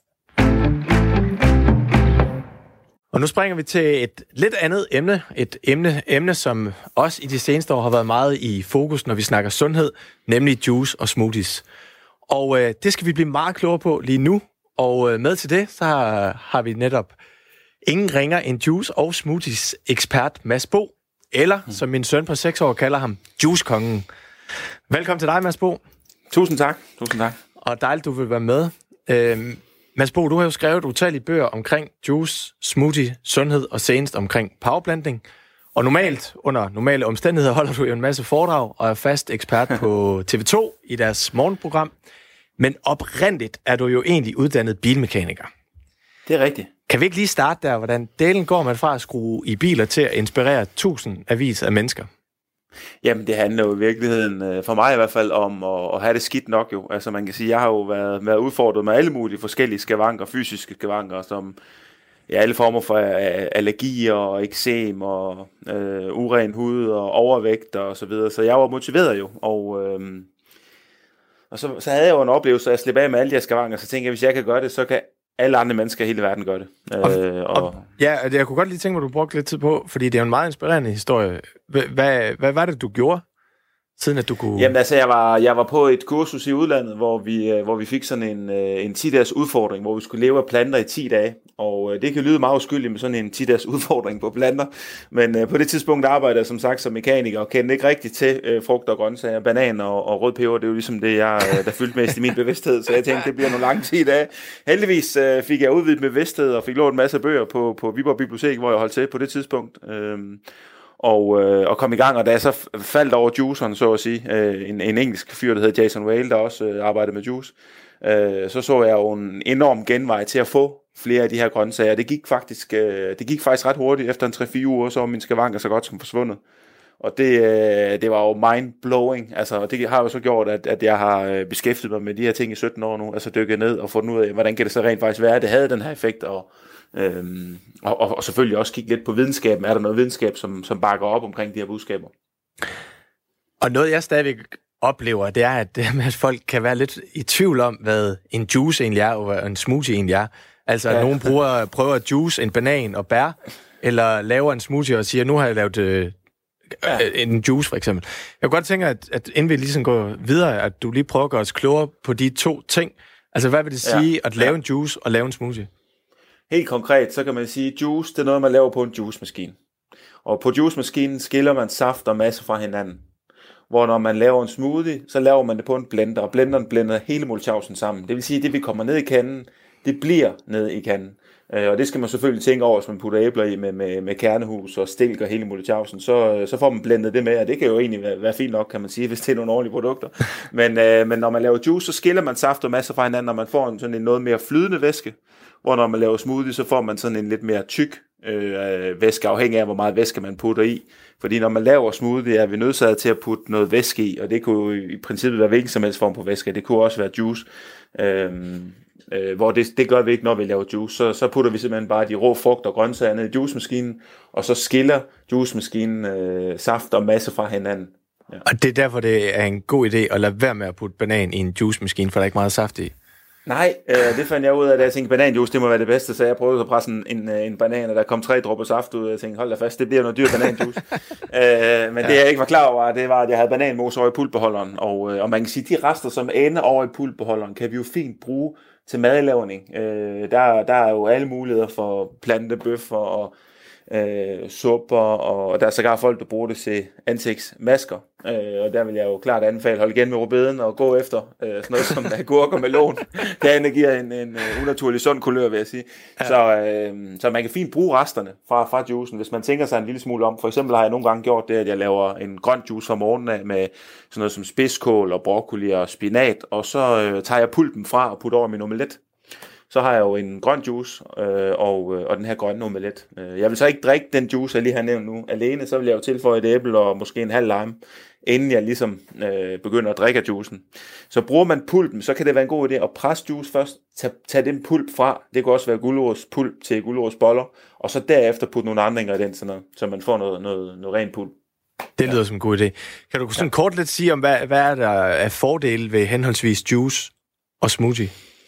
Og nu springer vi til et lidt andet emne. Et emne, emne, som også i de seneste år har været meget i fokus, når vi snakker sundhed, nemlig juice og smoothies. Og øh, det skal vi blive meget klogere på lige nu. Og øh, med til det, så har, har vi netop ingen ringer end juice- og smoothies-ekspert Mads Bo. Eller, mm. som min søn på seks år kalder ham, juicekongen. Velkommen til dig, Mads Bo. Tusind tak. Tusind tak. Og dejligt, du vil være med. Øhm, Mads Bo, du har jo skrevet utallige bøger omkring juice, smoothie, sundhed og senest omkring powerblending. Og normalt, under normale omstændigheder, holder du jo en masse foredrag og er fast ekspert på T V to i deres morgenprogram. Men oprindeligt er du jo egentlig uddannet bilmekaniker. Det er rigtigt. Kan vi ikke lige starte der, hvordan delen går man fra at skrue i biler til at inspirere tusindvis af mennesker? Jamen, det handler jo i virkeligheden, for mig i hvert fald, om at, at have det skidt nok jo. Altså man kan sige, jeg har jo været, været udfordret med alle mulige forskellige skavanker, fysiske skavanker, som ja, alle former for allergier og eksem og øh, uren hud og overvægt og så videre. Så jeg var motiveret jo, og, øh, og så, så havde jeg jo en oplevelse, at jeg slipper af med alle de her skavanker, så tænkte jeg, hvis jeg kan gøre det, så kan alle andre mennesker i hele verden gør det. Og, øh, og, og, ja, jeg kunne godt lige tænke mig, at du brugte lidt tid på, fordi det er jo en meget inspirerende historie. Hvad, hvad, hvad var det, du gjorde, siden at du kunne... Jamen altså, jeg var, jeg var på et kursus i udlandet, hvor vi, hvor vi fik sådan en, en ti-dages udfordring, hvor vi skulle leve af planter i ti dage. Og det kan lyde meget uskyldigt med sådan en ti-dages udfordring på planter. Men på det tidspunkt arbejdede jeg som sagt som mekaniker og kendte ikke rigtig til frugt og grøntsager, banan og, og rød peber. Det er jo ligesom det, jeg, der fyldte mest i min bevidsthed. Så jeg tænkte, det bliver nogle lange ti dage. Heldigvis fik jeg udvidet med bevidsthed og fik lånt en masse bøger på, på Viborg Bibliotek, hvor jeg holdt til på det tidspunkt. Og, øh, og kom i gang, og da jeg så faldt over juiceren, så at sige, øh, en, en engelsk fyr, der hedder Jason Whale, der også øh, arbejdede med juice, øh, så så jeg jo en enorm genvej til at få flere af de her grøntsager. Det gik faktisk, øh, det gik faktisk ret hurtigt. Efter en tre fire uger, så var min skavanker så godt som forsvundet. Og det, øh, det var jo mind-blowing. Altså, og det har jo så gjort, at, at jeg har beskæftiget mig med de her ting i sytten år nu, altså dykket ned og fundet ud af, hvordan kan det så rent faktisk være, at det havde den her effekt, og Øhm, og, og, og selvfølgelig også kigge lidt på videnskaben. Er der noget videnskab, som, som bakker op omkring de her budskaber? Og noget, jeg stadigvæk oplever, det er, at, at folk kan være lidt i tvivl om, hvad en juice egentlig er, og hvad en smoothie egentlig er. Altså, at ja. nogen bruger, prøver at juice en banan og bær, eller laver en smoothie og siger, nu har jeg lavet øh, ja. en juice, for eksempel. Jeg kunne godt tænke, at, at inden vi ligesom går videre, at du lige prøver at gøre os klogere på de to ting. Altså, hvad vil det sige, ja. at lave ja. en juice og lave en smoothie? Helt konkret, så kan man sige, at juice, det er noget, man laver på en juicemaskine. Og på juicemaskinen skiller man saft og masse fra hinanden. Hvor når man laver en smoothie, så laver man det på en blender, og blenderen blender hele moletjavsen sammen. Det vil sige, at det vi kommer ned i kanden, det bliver ned i kanden. Og det skal man selvfølgelig tænke over, hvis man putter æbler i med, med, med kernehus og stilk og hele moletjavsen, så, så får man blendet det med, og det kan jo egentlig være, være fint nok, kan man sige, hvis det er nogle ordentlige produkter. Men, øh, men når man laver juice, så skiller man saft og masse fra hinanden, og man får en, sådan en noget mere flydende væske. Hvor når man laver smoothie, så får man sådan en lidt mere tyk øh, væske, afhængig af, hvor meget væske man putter i. Fordi når man laver smoothie, er vi nødsaget til at putte noget væske i, og det kunne jo i princippet være hvilken som helst form på væske. Det kunne også være juice, øh, øh, hvor det, det gør vi ikke, når vi laver juice. Så, så putter vi simpelthen bare de rå frugt og grøntsager ned i juicemaskinen, og så skiller juicemaskinen øh, saft og masse fra hinanden. Ja. Og det er derfor, det er en god idé at lade være med at putte banan i en juicemaskine, for der er ikke meget saft i. Nej, øh, det fandt jeg ud af, da jeg tænkte, bananjuice, det må være det bedste, så jeg prøvede at presse en, en, en banan, og der kom tre dråber saft ud, og jeg tænkte, hold da fast, det bliver noget dyr bananjuice. øh, men ja. Det jeg ikke var klar over, det var, at jeg havde bananmos over i pultbeholderen, og, øh, og man kan sige, de rester, som ender over i pultbeholderen, kan vi jo fint bruge til madlavning. Øh, der, der er jo alle muligheder for plantebøffer og øh, supper, og der er sågar folk, der bruger det til ansigtsmasker. Øh, og der vil jeg jo klart anbefale, holde igen med rødbeden og gå efter øh, sådan noget som agurk og melon. Det giver en, en uh, unaturlig sund kulør, vil jeg sige. Ja. Så, øh, så man kan fint bruge resterne fra, fra juicen, hvis man tænker sig en lille smule om. For eksempel har jeg nogle gange gjort det, at jeg laver en grøn juice fra morgenen af med sådan noget som spidskål og broccoli og spinat, og så øh, tager jeg pulpen fra og putter over min omelet. Så har jeg jo en grøn juice øh, og, og den her grønne omelet. Jeg vil så ikke drikke den juice, jeg lige har nævnt nu alene, så vil jeg jo tilføje et æble og måske en halv lime, inden jeg ligesom øh, begynder at drikke af juicen. Så bruger man pulpen, så kan det være en god idé at presse juice først, tage, tage den pulp fra, det kan også være gulerodspulp til gulerodsboller, og så derefter putte nogle andre ingredienser, så man får noget, noget, noget ren pulp. Det lyder ja. som en god idé. Kan du sådan ja. kort lidt sige om, hvad, hvad er der af fordele ved henholdsvis juice og smoothie?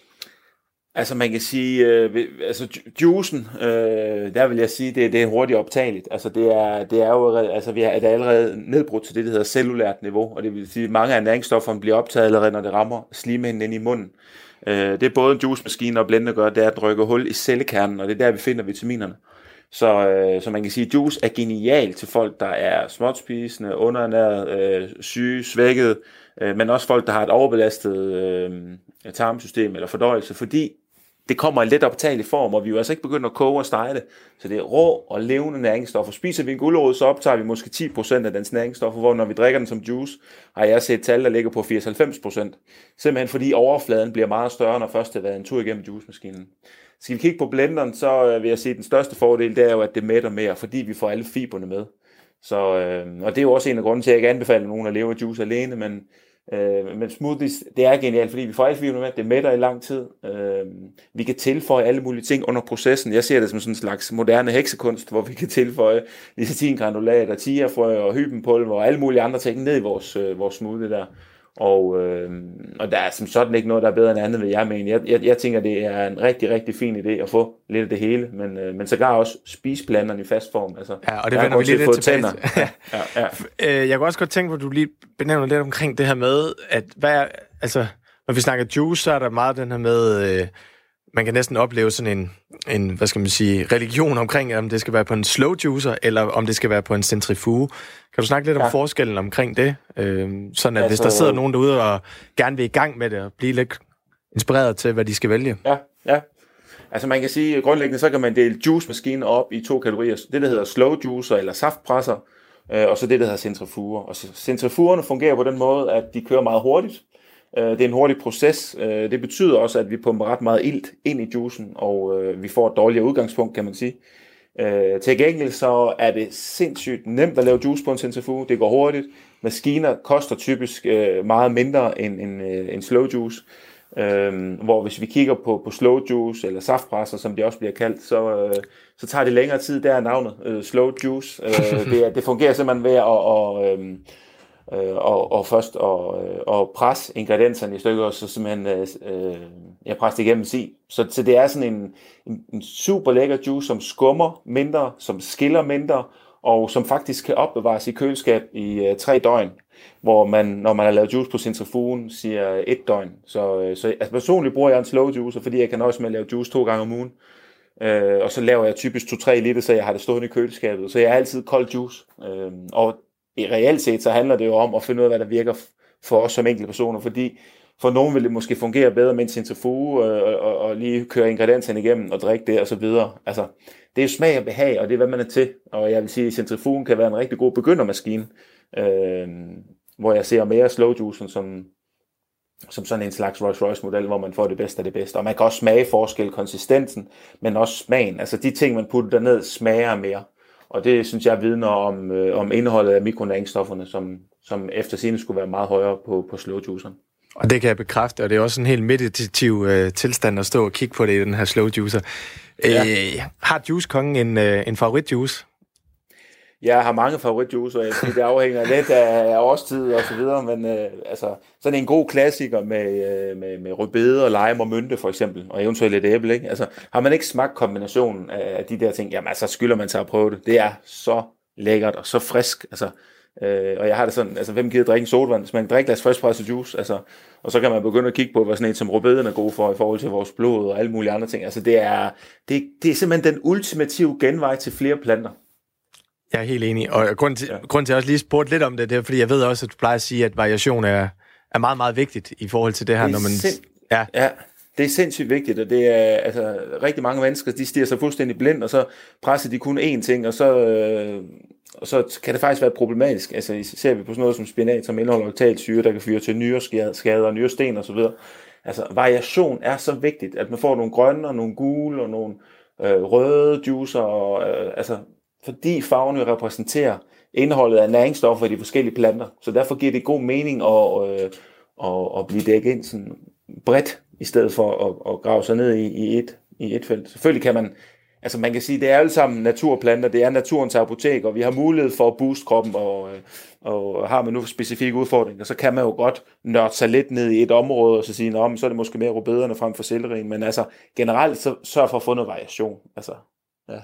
Altså man kan sige, øh, altså juicen, øh, der vil jeg sige, det, det er hurtigt optageligt. Altså det er, det er jo, altså vi er, det er allerede nedbrudt til det, der hedder cellulært niveau, og det vil sige, at mange af næringsstofferne bliver optaget allerede, når det rammer slimhinden ind i munden. Øh, det er både en juicemaskine og blender gør, det er at rykke hul i cellekernen, og det er der, vi finder vitaminerne. Så, øh, så man kan sige, at juice er genial til folk, der er småtspisende, underernæret, øh, syge, svækket, øh, men også folk, der har et overbelastet øh, tarmsystem eller fordøjelse, fordi det kommer i let optagelig form, og vi er jo altså ikke begyndt at koge og stege det. Så det er rå og levende næringsstoffer. Spiser vi en gulerod, så optager vi måske ti procent af dens næringsstoffer, hvor når vi drikker den som juice, har jeg set tal, der ligger på firs til halvfems procent. Simpelthen fordi overfladen bliver meget større, når først det har været en tur igennem juicemaskinen. Skal vi kigge på blenderen, så vil jeg sige, at den største fordel, det er jo, at det mætter mere, fordi vi får alle fiberne med. Så, øh, og det er jo også en af grunden til, at jeg ikke anbefaler nogen at leve af juice alene, men Øh, men smoothies, det er genialt, fordi vi får alle fiberne med, det mætter i lang tid. Øh, vi kan tilføje alle mulige ting under processen. Jeg ser det som sådan en slags moderne heksekunst, hvor vi kan tilføje lysetingranulat og chiafrø og hybenpulver og alle mulige andre ting ned i vores, øh, vores smoothie der. Og, øh, og der er som sådan ikke noget, der er bedre end andet, vil jeg mene. Jeg, jeg, jeg tænker, det er en rigtig, rigtig fin idé at få lidt af det hele, men, øh, men sågar også spise blanderne i fast form. Altså, ja, og det vender vi lidt tilbage til. ja, ja, ja. Jeg kunne også godt tænke på, at du lige benævner lidt omkring det her med, at hvad er, altså, når vi snakker juice, så er der meget den her med, øh, man kan næsten opleve sådan en, en, hvad skal man sige, religion omkring, om det skal være på en slow juicer, eller om det skal være på en centrifuge. Kan du snakke lidt ja. om forskellen omkring det? Øh, sådan at altså, hvis der sidder nogen derude og gerne vil i gang med det, og blive lidt inspireret til, hvad de skal vælge. Ja, ja. Altså man kan sige, grundlæggende så kan man dele juicemaskinen op i to kategorier. Det, der hedder slow juicer eller saftpresser, øh, og så det, der hedder centrifuger. Og centrifugerne fungerer på den måde, at de kører meget hurtigt. Det er en hurtig proces. Det betyder også, at vi pumper ret meget ilt ind i juicen, og vi får et dårligere udgangspunkt, kan man sige. Til gengæld så er det sindssygt nemt at lave juice på en centrifuge. Det går hurtigt. Maskiner koster typisk meget mindre end en slow juice. Hvor hvis vi kigger på, på slow juice eller saftpresser, som de også bliver kaldt, så, så tager det længere tid. Der er navnet slow juice. Det, det fungerer simpelthen ved at... Og, Øh, og, og først og, og presse ingredienserne i stykker, og så simpelthen øh, jeg presser det igennem sig. Så, så det er sådan en, en, en super lækker juice, som skummer mindre, som skiller mindre, og som faktisk kan opbevares i køleskab i øh, tre døgn, hvor man, når man har lavet juice på centrifugen, siger et døgn. Så, øh, så altså personligt bruger jeg en slow juicer, fordi jeg kan nøjes med at lave juice to gange om ugen. Øh, og så laver jeg typisk to til tre liter, så jeg har det stående i køleskabet. Så jeg er altid kold juice. Øh, og i reelt set, så handler det jo om at finde ud af, hvad der virker for os som enkelte personer, fordi for nogen vil det måske fungere bedre med en centrifuge, og, og, og lige køre ingredienserne igennem og drikke det, og så videre. Altså, det er jo smag og behag, og det er, hvad man er til. Og jeg vil sige, at centrifugen kan være en rigtig god begyndermaskine, øh, hvor jeg ser mere slow juicen som, som sådan en slags Rolls Royce-model, hvor man får det bedste af det bedste. Og man kan også smage forskel, konsistensen, men også smagen. Altså de ting, man putter derned, smager mere. Og det synes jeg vidner om, øh, om indholdet af mikronæringsstofferne, som, som efter sigende skulle være meget højere på, på slow juiceren. Og det kan jeg bekræfte, og det er også en helt meditativ øh, tilstand at stå og kigge på det i den her slow juicer. Ja. Øh, har juicekongen en, øh, en favoritjuice? jeg har mange favoritjuicer, det afhænger lidt af årstid og så videre, men øh, altså, sådan en god klassiker med, øh, med, med rødbede og lime og mynte for eksempel, og eventuelt lidt æble, ikke? Altså, har man ikke smagt kombinationen af de der ting, jamen altså, skylder man sig at prøve det. Det er så lækkert og så frisk, altså, øh, og jeg har det sådan, altså, hvem gider drikke en sodavand, hvis man drikker glas friskpresset juice, altså, og så kan man begynde at kigge på, hvad sådan en som rødbeden er god for i forhold til vores blod og alle mulige andre ting. Altså, det er, det, det er simpelthen den ultimative genvej til flere planter. Jeg er helt enig, og grunden til, ja. grunden til at jeg også lige spurgte lidt om det, det er, fordi jeg ved også, at du plejer at sige, at variation er, er meget, meget vigtigt i forhold til det her, det når man... Sind... Ja. ja, det er sindssygt vigtigt, og det er, altså, rigtig mange mennesker, de stiger sig fuldstændig blind, og så presser de kun én ting, og så, øh, og så kan det faktisk være problematisk. Altså, ser vi på sådan noget som spinat, som indeholder oktalsyre, der kan føre til nyreskader og nyresten og så videre. Altså, variation er så vigtigt, at man får nogle grønne og nogle gule og nogle øh, røde juicer, og, øh, altså... fordi farverne repræsenterer indholdet af næringsstoffer i de forskellige planter. Så derfor giver det god mening at, øh, at, at blive dækket ind sådan bredt, i stedet for at, at grave sig ned i, i, et, i et felt. Selvfølgelig kan man, altså man kan sige, det er alle sammen naturplanter, det er naturens apotek, og vi har mulighed for at booste kroppen, og, og har man nu specifikke udfordringer, så kan man jo godt nørde sig lidt ned i et område, og så sige, nå, men så er det måske mere rødbederne frem for sellerien, men altså generelt så sørg for at få noget variation. Altså, ja.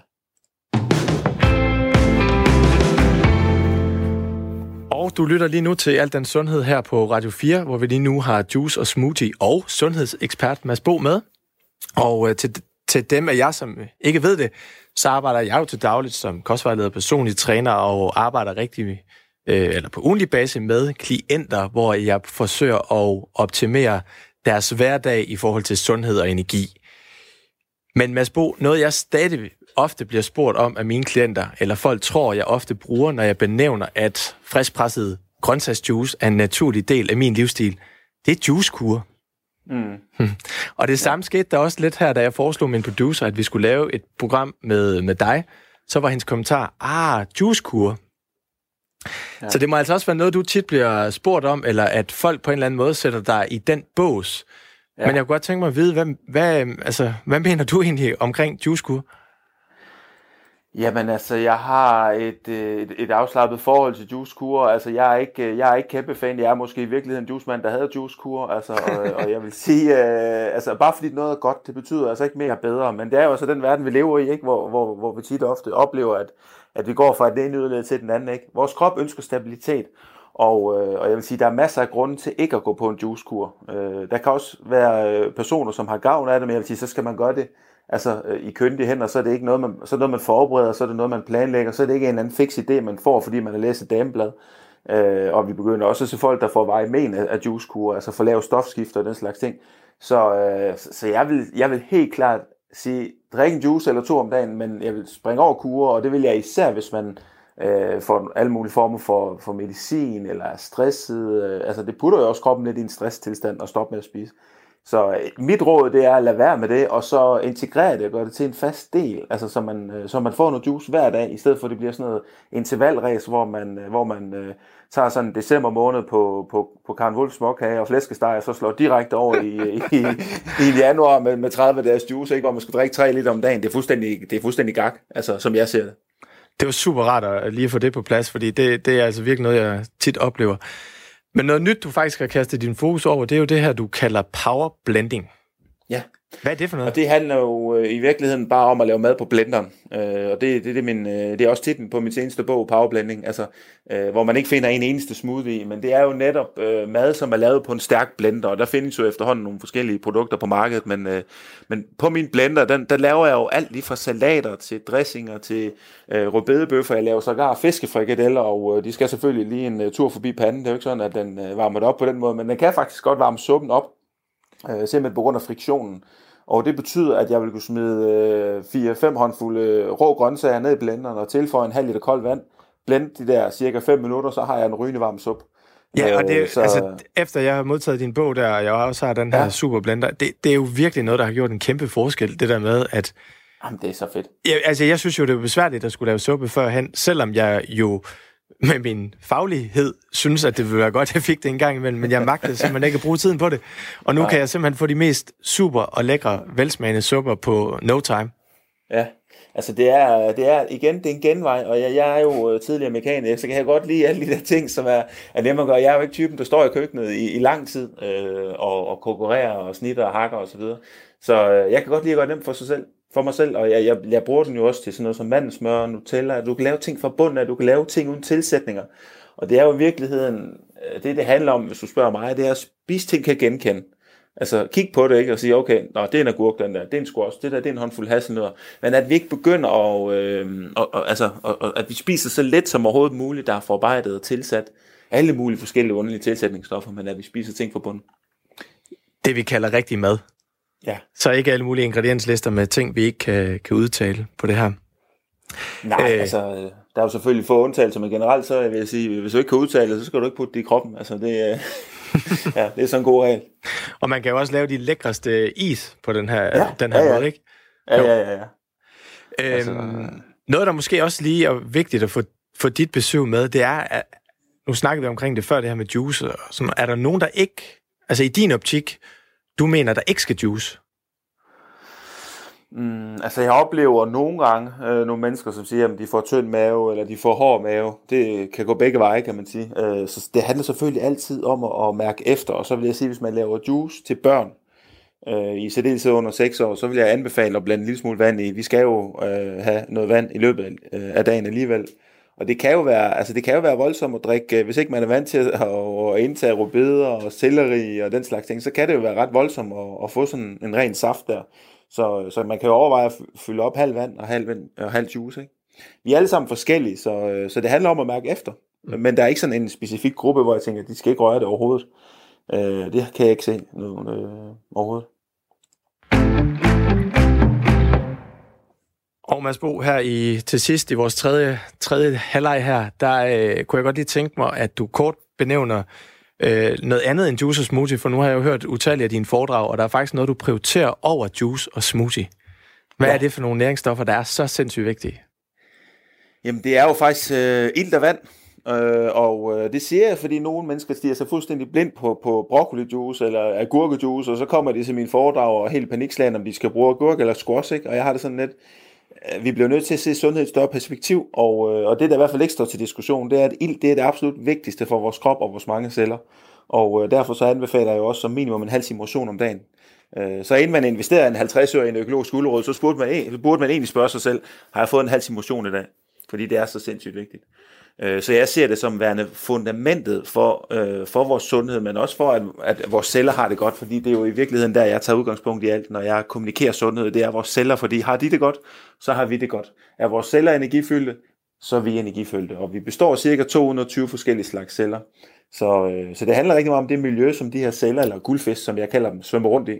Og du lytter lige nu til Al den Sundhed her på Radio fire, hvor vi lige nu har juice og smoothie og sundhedsekspert Mads Bo med. Og øh, til, til dem af jer, som ikke ved det, så arbejder jeg jo til dagligt som kostvejleder, personlig træner og arbejder rigtig, øh, eller på ugentlig basis med klienter, hvor jeg forsøger at optimere deres hverdag i forhold til sundhed og energi. Men Mads Bo, noget jeg stadig ofte bliver spurgt om af mine klienter, eller folk tror, jeg ofte bruger, når jeg benævner, at friskpresset grøntsagsjuice er en naturlig del af min livsstil, det er juicekur. Mm. Og det samme ja. skete der også lidt her, da jeg foreslog min producer, at vi skulle lave et program med, med dig. Så var hendes kommentar, ah, juicekur. Ja. Så det må altså også være noget, du tit bliver spurgt om, eller at folk på en eller anden måde sætter dig i den bås. Ja. Men jeg kunne godt tænke mig at vide, hvad, hvad, altså, hvad mener du egentlig omkring juicekur? Jamen altså, jeg har et, et, et afslappet forhold til juicekur. Altså, jeg er ikke, jeg er ikke kæmpe fan. Jeg er måske i virkeligheden en juicemand, der havde juicekur. Altså, og, og jeg vil sige, øh, altså bare fordi noget er godt, det betyder altså ikke mere bedre. Men det er jo altså den verden, vi lever i, ikke? Hvor, hvor, hvor vi tit ofte oplever, at, at vi går fra den ene yderlighed til den anden. Ikke? Vores krop ønsker stabilitet. Og, øh, og jeg vil sige, der er masser af grunde til ikke at gå på en juicekur. Øh, der kan også være personer, som har gavn af det, men jeg vil sige, så skal man gøre det altså øh, i kyndige hænder, så er det ikke noget, man, så er noget, man forbereder, så er det noget, man planlægger, så er det ikke en eller anden fix idé, man får, fordi man har læst et dameblad. Øh, og vi begynder også at se folk, der får veje men af, af juicekur, altså får lavet stofskifter og den slags ting. Så, øh, så jeg, vil, jeg vil helt klart sige, drik en juice eller to om dagen, men jeg vil springe over kurer, og det vil jeg især, hvis man øh, får alle mulige former for, for medicin, eller er stresset. Øh, altså det putter jo også kroppen lidt i en stresstilstand og stoppe med at spise. Så mit råd, det er at lade være med det, og så integrere det og gøre det til en fast del, altså så man, så man får noget juice hver dag, i stedet for at det bliver sådan noget intervalræs, hvor man, hvor man øh, tager sådan en december måned på, på, på Karen Wulff småkage og flæskesteg, og så slår direkte over i, i, i januar med, med tredive dages juice, ikke, hvor man skal drikke tre liter om dagen. Det er fuldstændig, det er fuldstændig gak, altså som jeg ser det. Det var super rart at lige få det på plads, fordi det, det er altså virkelig noget, jeg tit oplever. Men noget nyt, du faktisk har kastet din fokus over, det er jo det her, du kalder power blending. Ja. Hvad er det for noget? Og det handler jo øh, i virkeligheden bare om at lave mad på blenderen. Øh, og det, det, det, min, øh, det er også titlen på min seneste bog, Power Blending, altså, øh, hvor man ikke finder en eneste smoothie, men det er jo netop øh, mad, som er lavet på en stærk blender, og der findes jo efterhånden nogle forskellige produkter på markedet, men, øh, men på min blender, den, der laver jeg jo alt lige fra salater til dressinger til øh, rødbedebøffer, jeg laver sågar fiskefrikadeller, og øh, de skal selvfølgelig lige en uh, tur forbi panden, det er jo ikke sådan, at den øh, varmer det op på den måde, men den kan faktisk godt varme suppen op, øh, simpelthen på grund af friktionen. Og det betyder, at jeg vil kunne smide øh, fire fem håndfulde rå grøntsager ned i blenderen og tilføje en halv liter koldt vand. Blend de der cirka fem minutter, så har jeg en rygende varm suppe. Ja, og det, så... altså, efter jeg har modtaget din bog der, og jeg også har den her ja. superblender, det, det er jo virkelig noget, der har gjort en kæmpe forskel, det der med, at... Jamen, det er så fedt. Ja, altså, jeg synes jo, det er besværligt at skulle lave suppe førhen, selvom jeg jo med min faglighed synes, at det ville være godt, at jeg fik det en gang imellem, men jeg magtede simpelthen ikke at bruge tiden på det. Og nu Nej. kan jeg simpelthen få de mest super og lækre, velsmagende supper på no time. Ja, Altså det er, det er igen, det er en genvej, og jeg, jeg er jo tidligere mekaniker, så kan jeg godt lide alle de der ting, som er, er nemme at gøre. Jeg er jo ikke typen, der står i køkkenet i, i lang tid øh, og, og konkurrerer og snitter og hakker og så videre. Så øh, jeg kan godt lide at gøre nemt for sig selv, for mig selv, og jeg, jeg, jeg bruger den jo også til sådan noget som mandelsmør, Nutella. Du kan lave ting fra bunden af, du kan lave ting uden tilsætninger. Og det er jo i virkeligheden, det det handler om, hvis du spørger mig, det er at spise ting kan genkende. Altså kig på det, ikke, og sige, okay, nå, det er en agurk, den der, det er en squash, det der, det er en håndfuld hasselnødder. Men at vi ikke begynder at, øh, og, og, altså, og, og, at vi spiser så let som overhovedet muligt, der er forarbejdet og tilsat alle mulige forskellige underlige tilsætningsstoffer, men at vi spiser ting fra bunden. Det vi kalder rigtig mad. Ja. Så ikke alle mulige ingredienslister med ting, vi ikke kan, kan udtale på det her. Nej, øh, altså, der er jo selvfølgelig få undtagelser, men generelt så vil jeg sige, hvis du ikke kan udtale det, så skal du ikke putte det i kroppen. Altså, det, ja, det er sådan en god regel. Og man kan jo også lave de lækreste is på den her, ja, den her ja, ja. måde, ikke? Ja, ja, ja. ja. Øhm, altså, noget, der måske også lige er vigtigt at få, få dit besøg med, det er, at nu snakkede vi omkring det før, det her med juice. Sådan, er der nogen, der ikke, altså i din optik, du mener, der ikke skal juice? Mm, altså jeg oplever nogle gange øh, nogle mennesker, som siger, at de får tynd mave, eller de får hård mave. Det kan gå begge veje, kan man sige. Øh, så det handler selvfølgelig altid om at, at mærke efter. Og så vil jeg sige, hvis man laver juice til børn, øh, i særdeleshed under seks år, så vil jeg anbefale at blande en lille smule vand i. Vi skal jo øh, have noget vand i løbet af, øh, af dagen alligevel. Og det kan jo være, altså det kan jo være voldsomt at drikke, hvis ikke man er vant til at, at indtage rødbeder og selleri og den slags ting, så kan det jo være ret voldsomt at, at få sådan en ren saft der. Så, så man kan jo overveje at fylde op halv vand og halv, vand, og halv juice, ikke? Vi er alle sammen forskellige, så, så det handler om at mærke efter. Men der er ikke sådan en specifik gruppe, hvor jeg tænker, at de skal ikke røre det overhovedet. Øh, det kan jeg ikke se noget, øh, overhovedet. Og Mads Bo, her i, til sidst i vores tredje, tredje halvleg her, der øh, kunne jeg godt lige tænke mig, at du kort benævner øh, noget andet end juice og smoothie, for nu har jeg jo hørt utallige af dine foredrag, og der er faktisk noget, du prioriterer over juice og smoothie. Hvad ja. er det for nogle næringsstoffer, der er så sindssygt vigtige? Jamen, det er jo faktisk øh, ilt og vand, øh, og øh, det siger jeg, fordi nogle mennesker stiger sig fuldstændig blind på, på broccoli-juice eller agurkejuice, og så kommer de til mine foredrag og helt panikslagen, om de skal bruge agurk eller squash, ikke? Og jeg har det sådan lidt, vi bliver nødt til at se sundhed i et større perspektiv, og, og det der i hvert fald ikke står til diskussion, det er, at ilt det er det absolut vigtigste for vores krop og vores mange celler. Og derfor så anbefaler jeg jo også som minimum en halv time motion om dagen. Så inden man investerer en halvtreds øre i en økologisk gulerod, så burde man, burde man egentlig spørge sig selv, har jeg fået en halv time motion i dag? Fordi det er så sindssygt vigtigt. Så jeg ser det som værende fundamentet for, øh, for vores sundhed, men også for, at, at vores celler har det godt, fordi det er jo i virkeligheden der, jeg tager udgangspunkt i alt, når jeg kommunikerer sundhed, det er vores celler, fordi har de det godt, så har vi det godt. Er vores celler energifyldte, så er vi energifyldte, og vi består af cirka to hundrede og tyve forskellige slags celler. Så, øh, så det handler rigtig meget om det miljø, som de her celler, eller guldfisk, som jeg kalder dem, svømmer rundt i.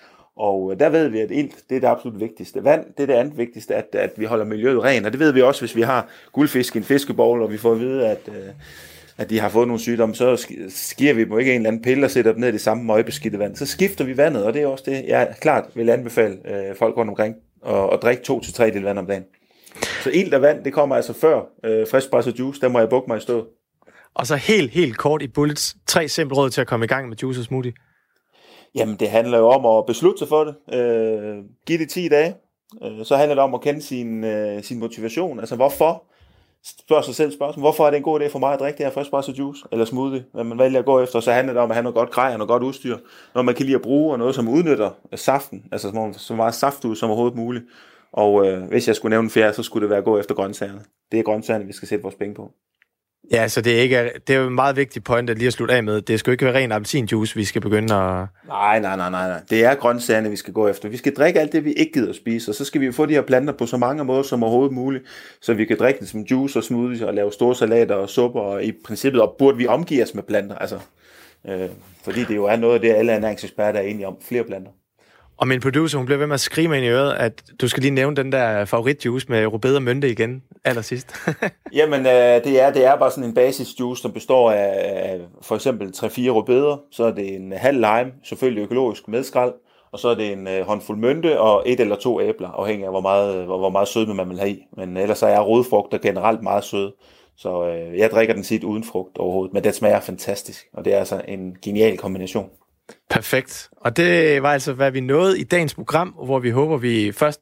Og der ved vi, at ilt, det er det absolut vigtigste. Vand, det er det andet vigtigste, at, at vi holder miljøet rent. Og det ved vi også, hvis vi har guldfisk i en fiskebowl, og vi får at vide, at, at de har fået nogle sygdomme, så skiver vi dem ikke en eller anden pille og sætter dem ned i det samme møgbeskidte vand. Så skifter vi vandet, og det er også det, jeg klart vil anbefale øh, folk rundt omkring at, at drikke to til tre liter vand om dagen. Så ilt og vand, det kommer altså før øh, friskpresset juice, der må jeg bukke mig i stå. Og så helt, helt kort i bullets, tre simple råd til at komme i gang med juice og smoothie. Jamen, det handler jo om at beslutte sig for det. Øh, giv det ti dage. Øh, så handler det om at kende sin, øh, sin motivation. Altså, hvorfor? Spørg sig selv spørgsmål. Hvorfor er det en god idé for mig at drikke det her friskpresset juice eller smoothie? Hvad man vælger at gå efter. Så handler det om at have noget godt grej og noget godt udstyr. Noget, man kan lide at bruge, og noget, som udnytter saften. Altså, så meget saft ud som overhovedet muligt. Og øh, hvis jeg skulle nævne en fjerde, så skulle det være at gå efter grøntsagerne. Det er grøntsagerne, vi skal sætte vores penge på. Ja, så det er, ikke, det er jo en meget vigtig point at lige at slutte af med. Det skal jo ikke være ren appelsinjuice, vi skal begynde at... Nej, nej, nej, nej. Det er grøntsagerne, vi skal gå efter. Vi skal drikke alt det, vi ikke gider at spise, og så skal vi få de her planter på så mange måder som overhovedet muligt, så vi kan drikke det som juice og smoothies og lave store salater og supper, og i princippet og burde vi omgive os med planter, altså. Øh, fordi det jo er noget af det, alle ernæringseksperter er enige om. Flere planter. Og min producer, hun bliver ved med at skrige mig ind i øret, at du skal lige nævne den der favoritjuice med rødbeder og mynte igen, allersidst. Jamen, øh, det, er, det er bare sådan en basisjuice, som består af, af for eksempel tre fire rødbeder, så er det en halv lime, selvfølgelig økologisk med skrald, og så er det en øh, håndfuld mynte og et eller to æbler, afhængig af hvor meget, hvor, hvor meget sødme man vil have i. Men ellers er rodfrugter generelt meget søde, så øh, jeg drikker den tit uden frugt overhovedet, men det smager fantastisk, og det er altså en genial kombination. Perfekt. Og det var altså, hvad vi nåede i dagens program, hvor vi håber, vi først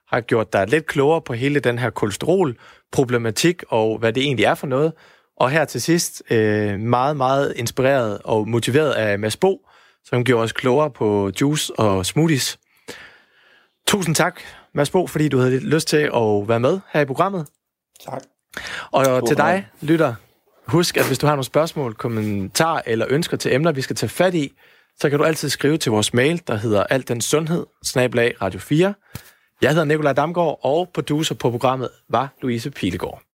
har gjort dig lidt klogere på hele den her kolesterolproblematik og hvad det egentlig er for noget. Og her til sidst, øh, meget, meget inspireret og motiveret af Mads Bo, som gjorde os klogere på juice og smoothies. Tusind tak, Mads Bo, fordi du havde lyst til at være med her i programmet. Tak. Og God til dig, lytter, husk, at hvis du har nogle spørgsmål, kommentarer eller ønsker til emner, vi skal tage fat i, så kan du altid skrive til vores mail, der hedder altdensundhed snabel-a radio fire. Jeg hedder Nikolaj Damgaard, og producer på programmet var Louise Pilegaard.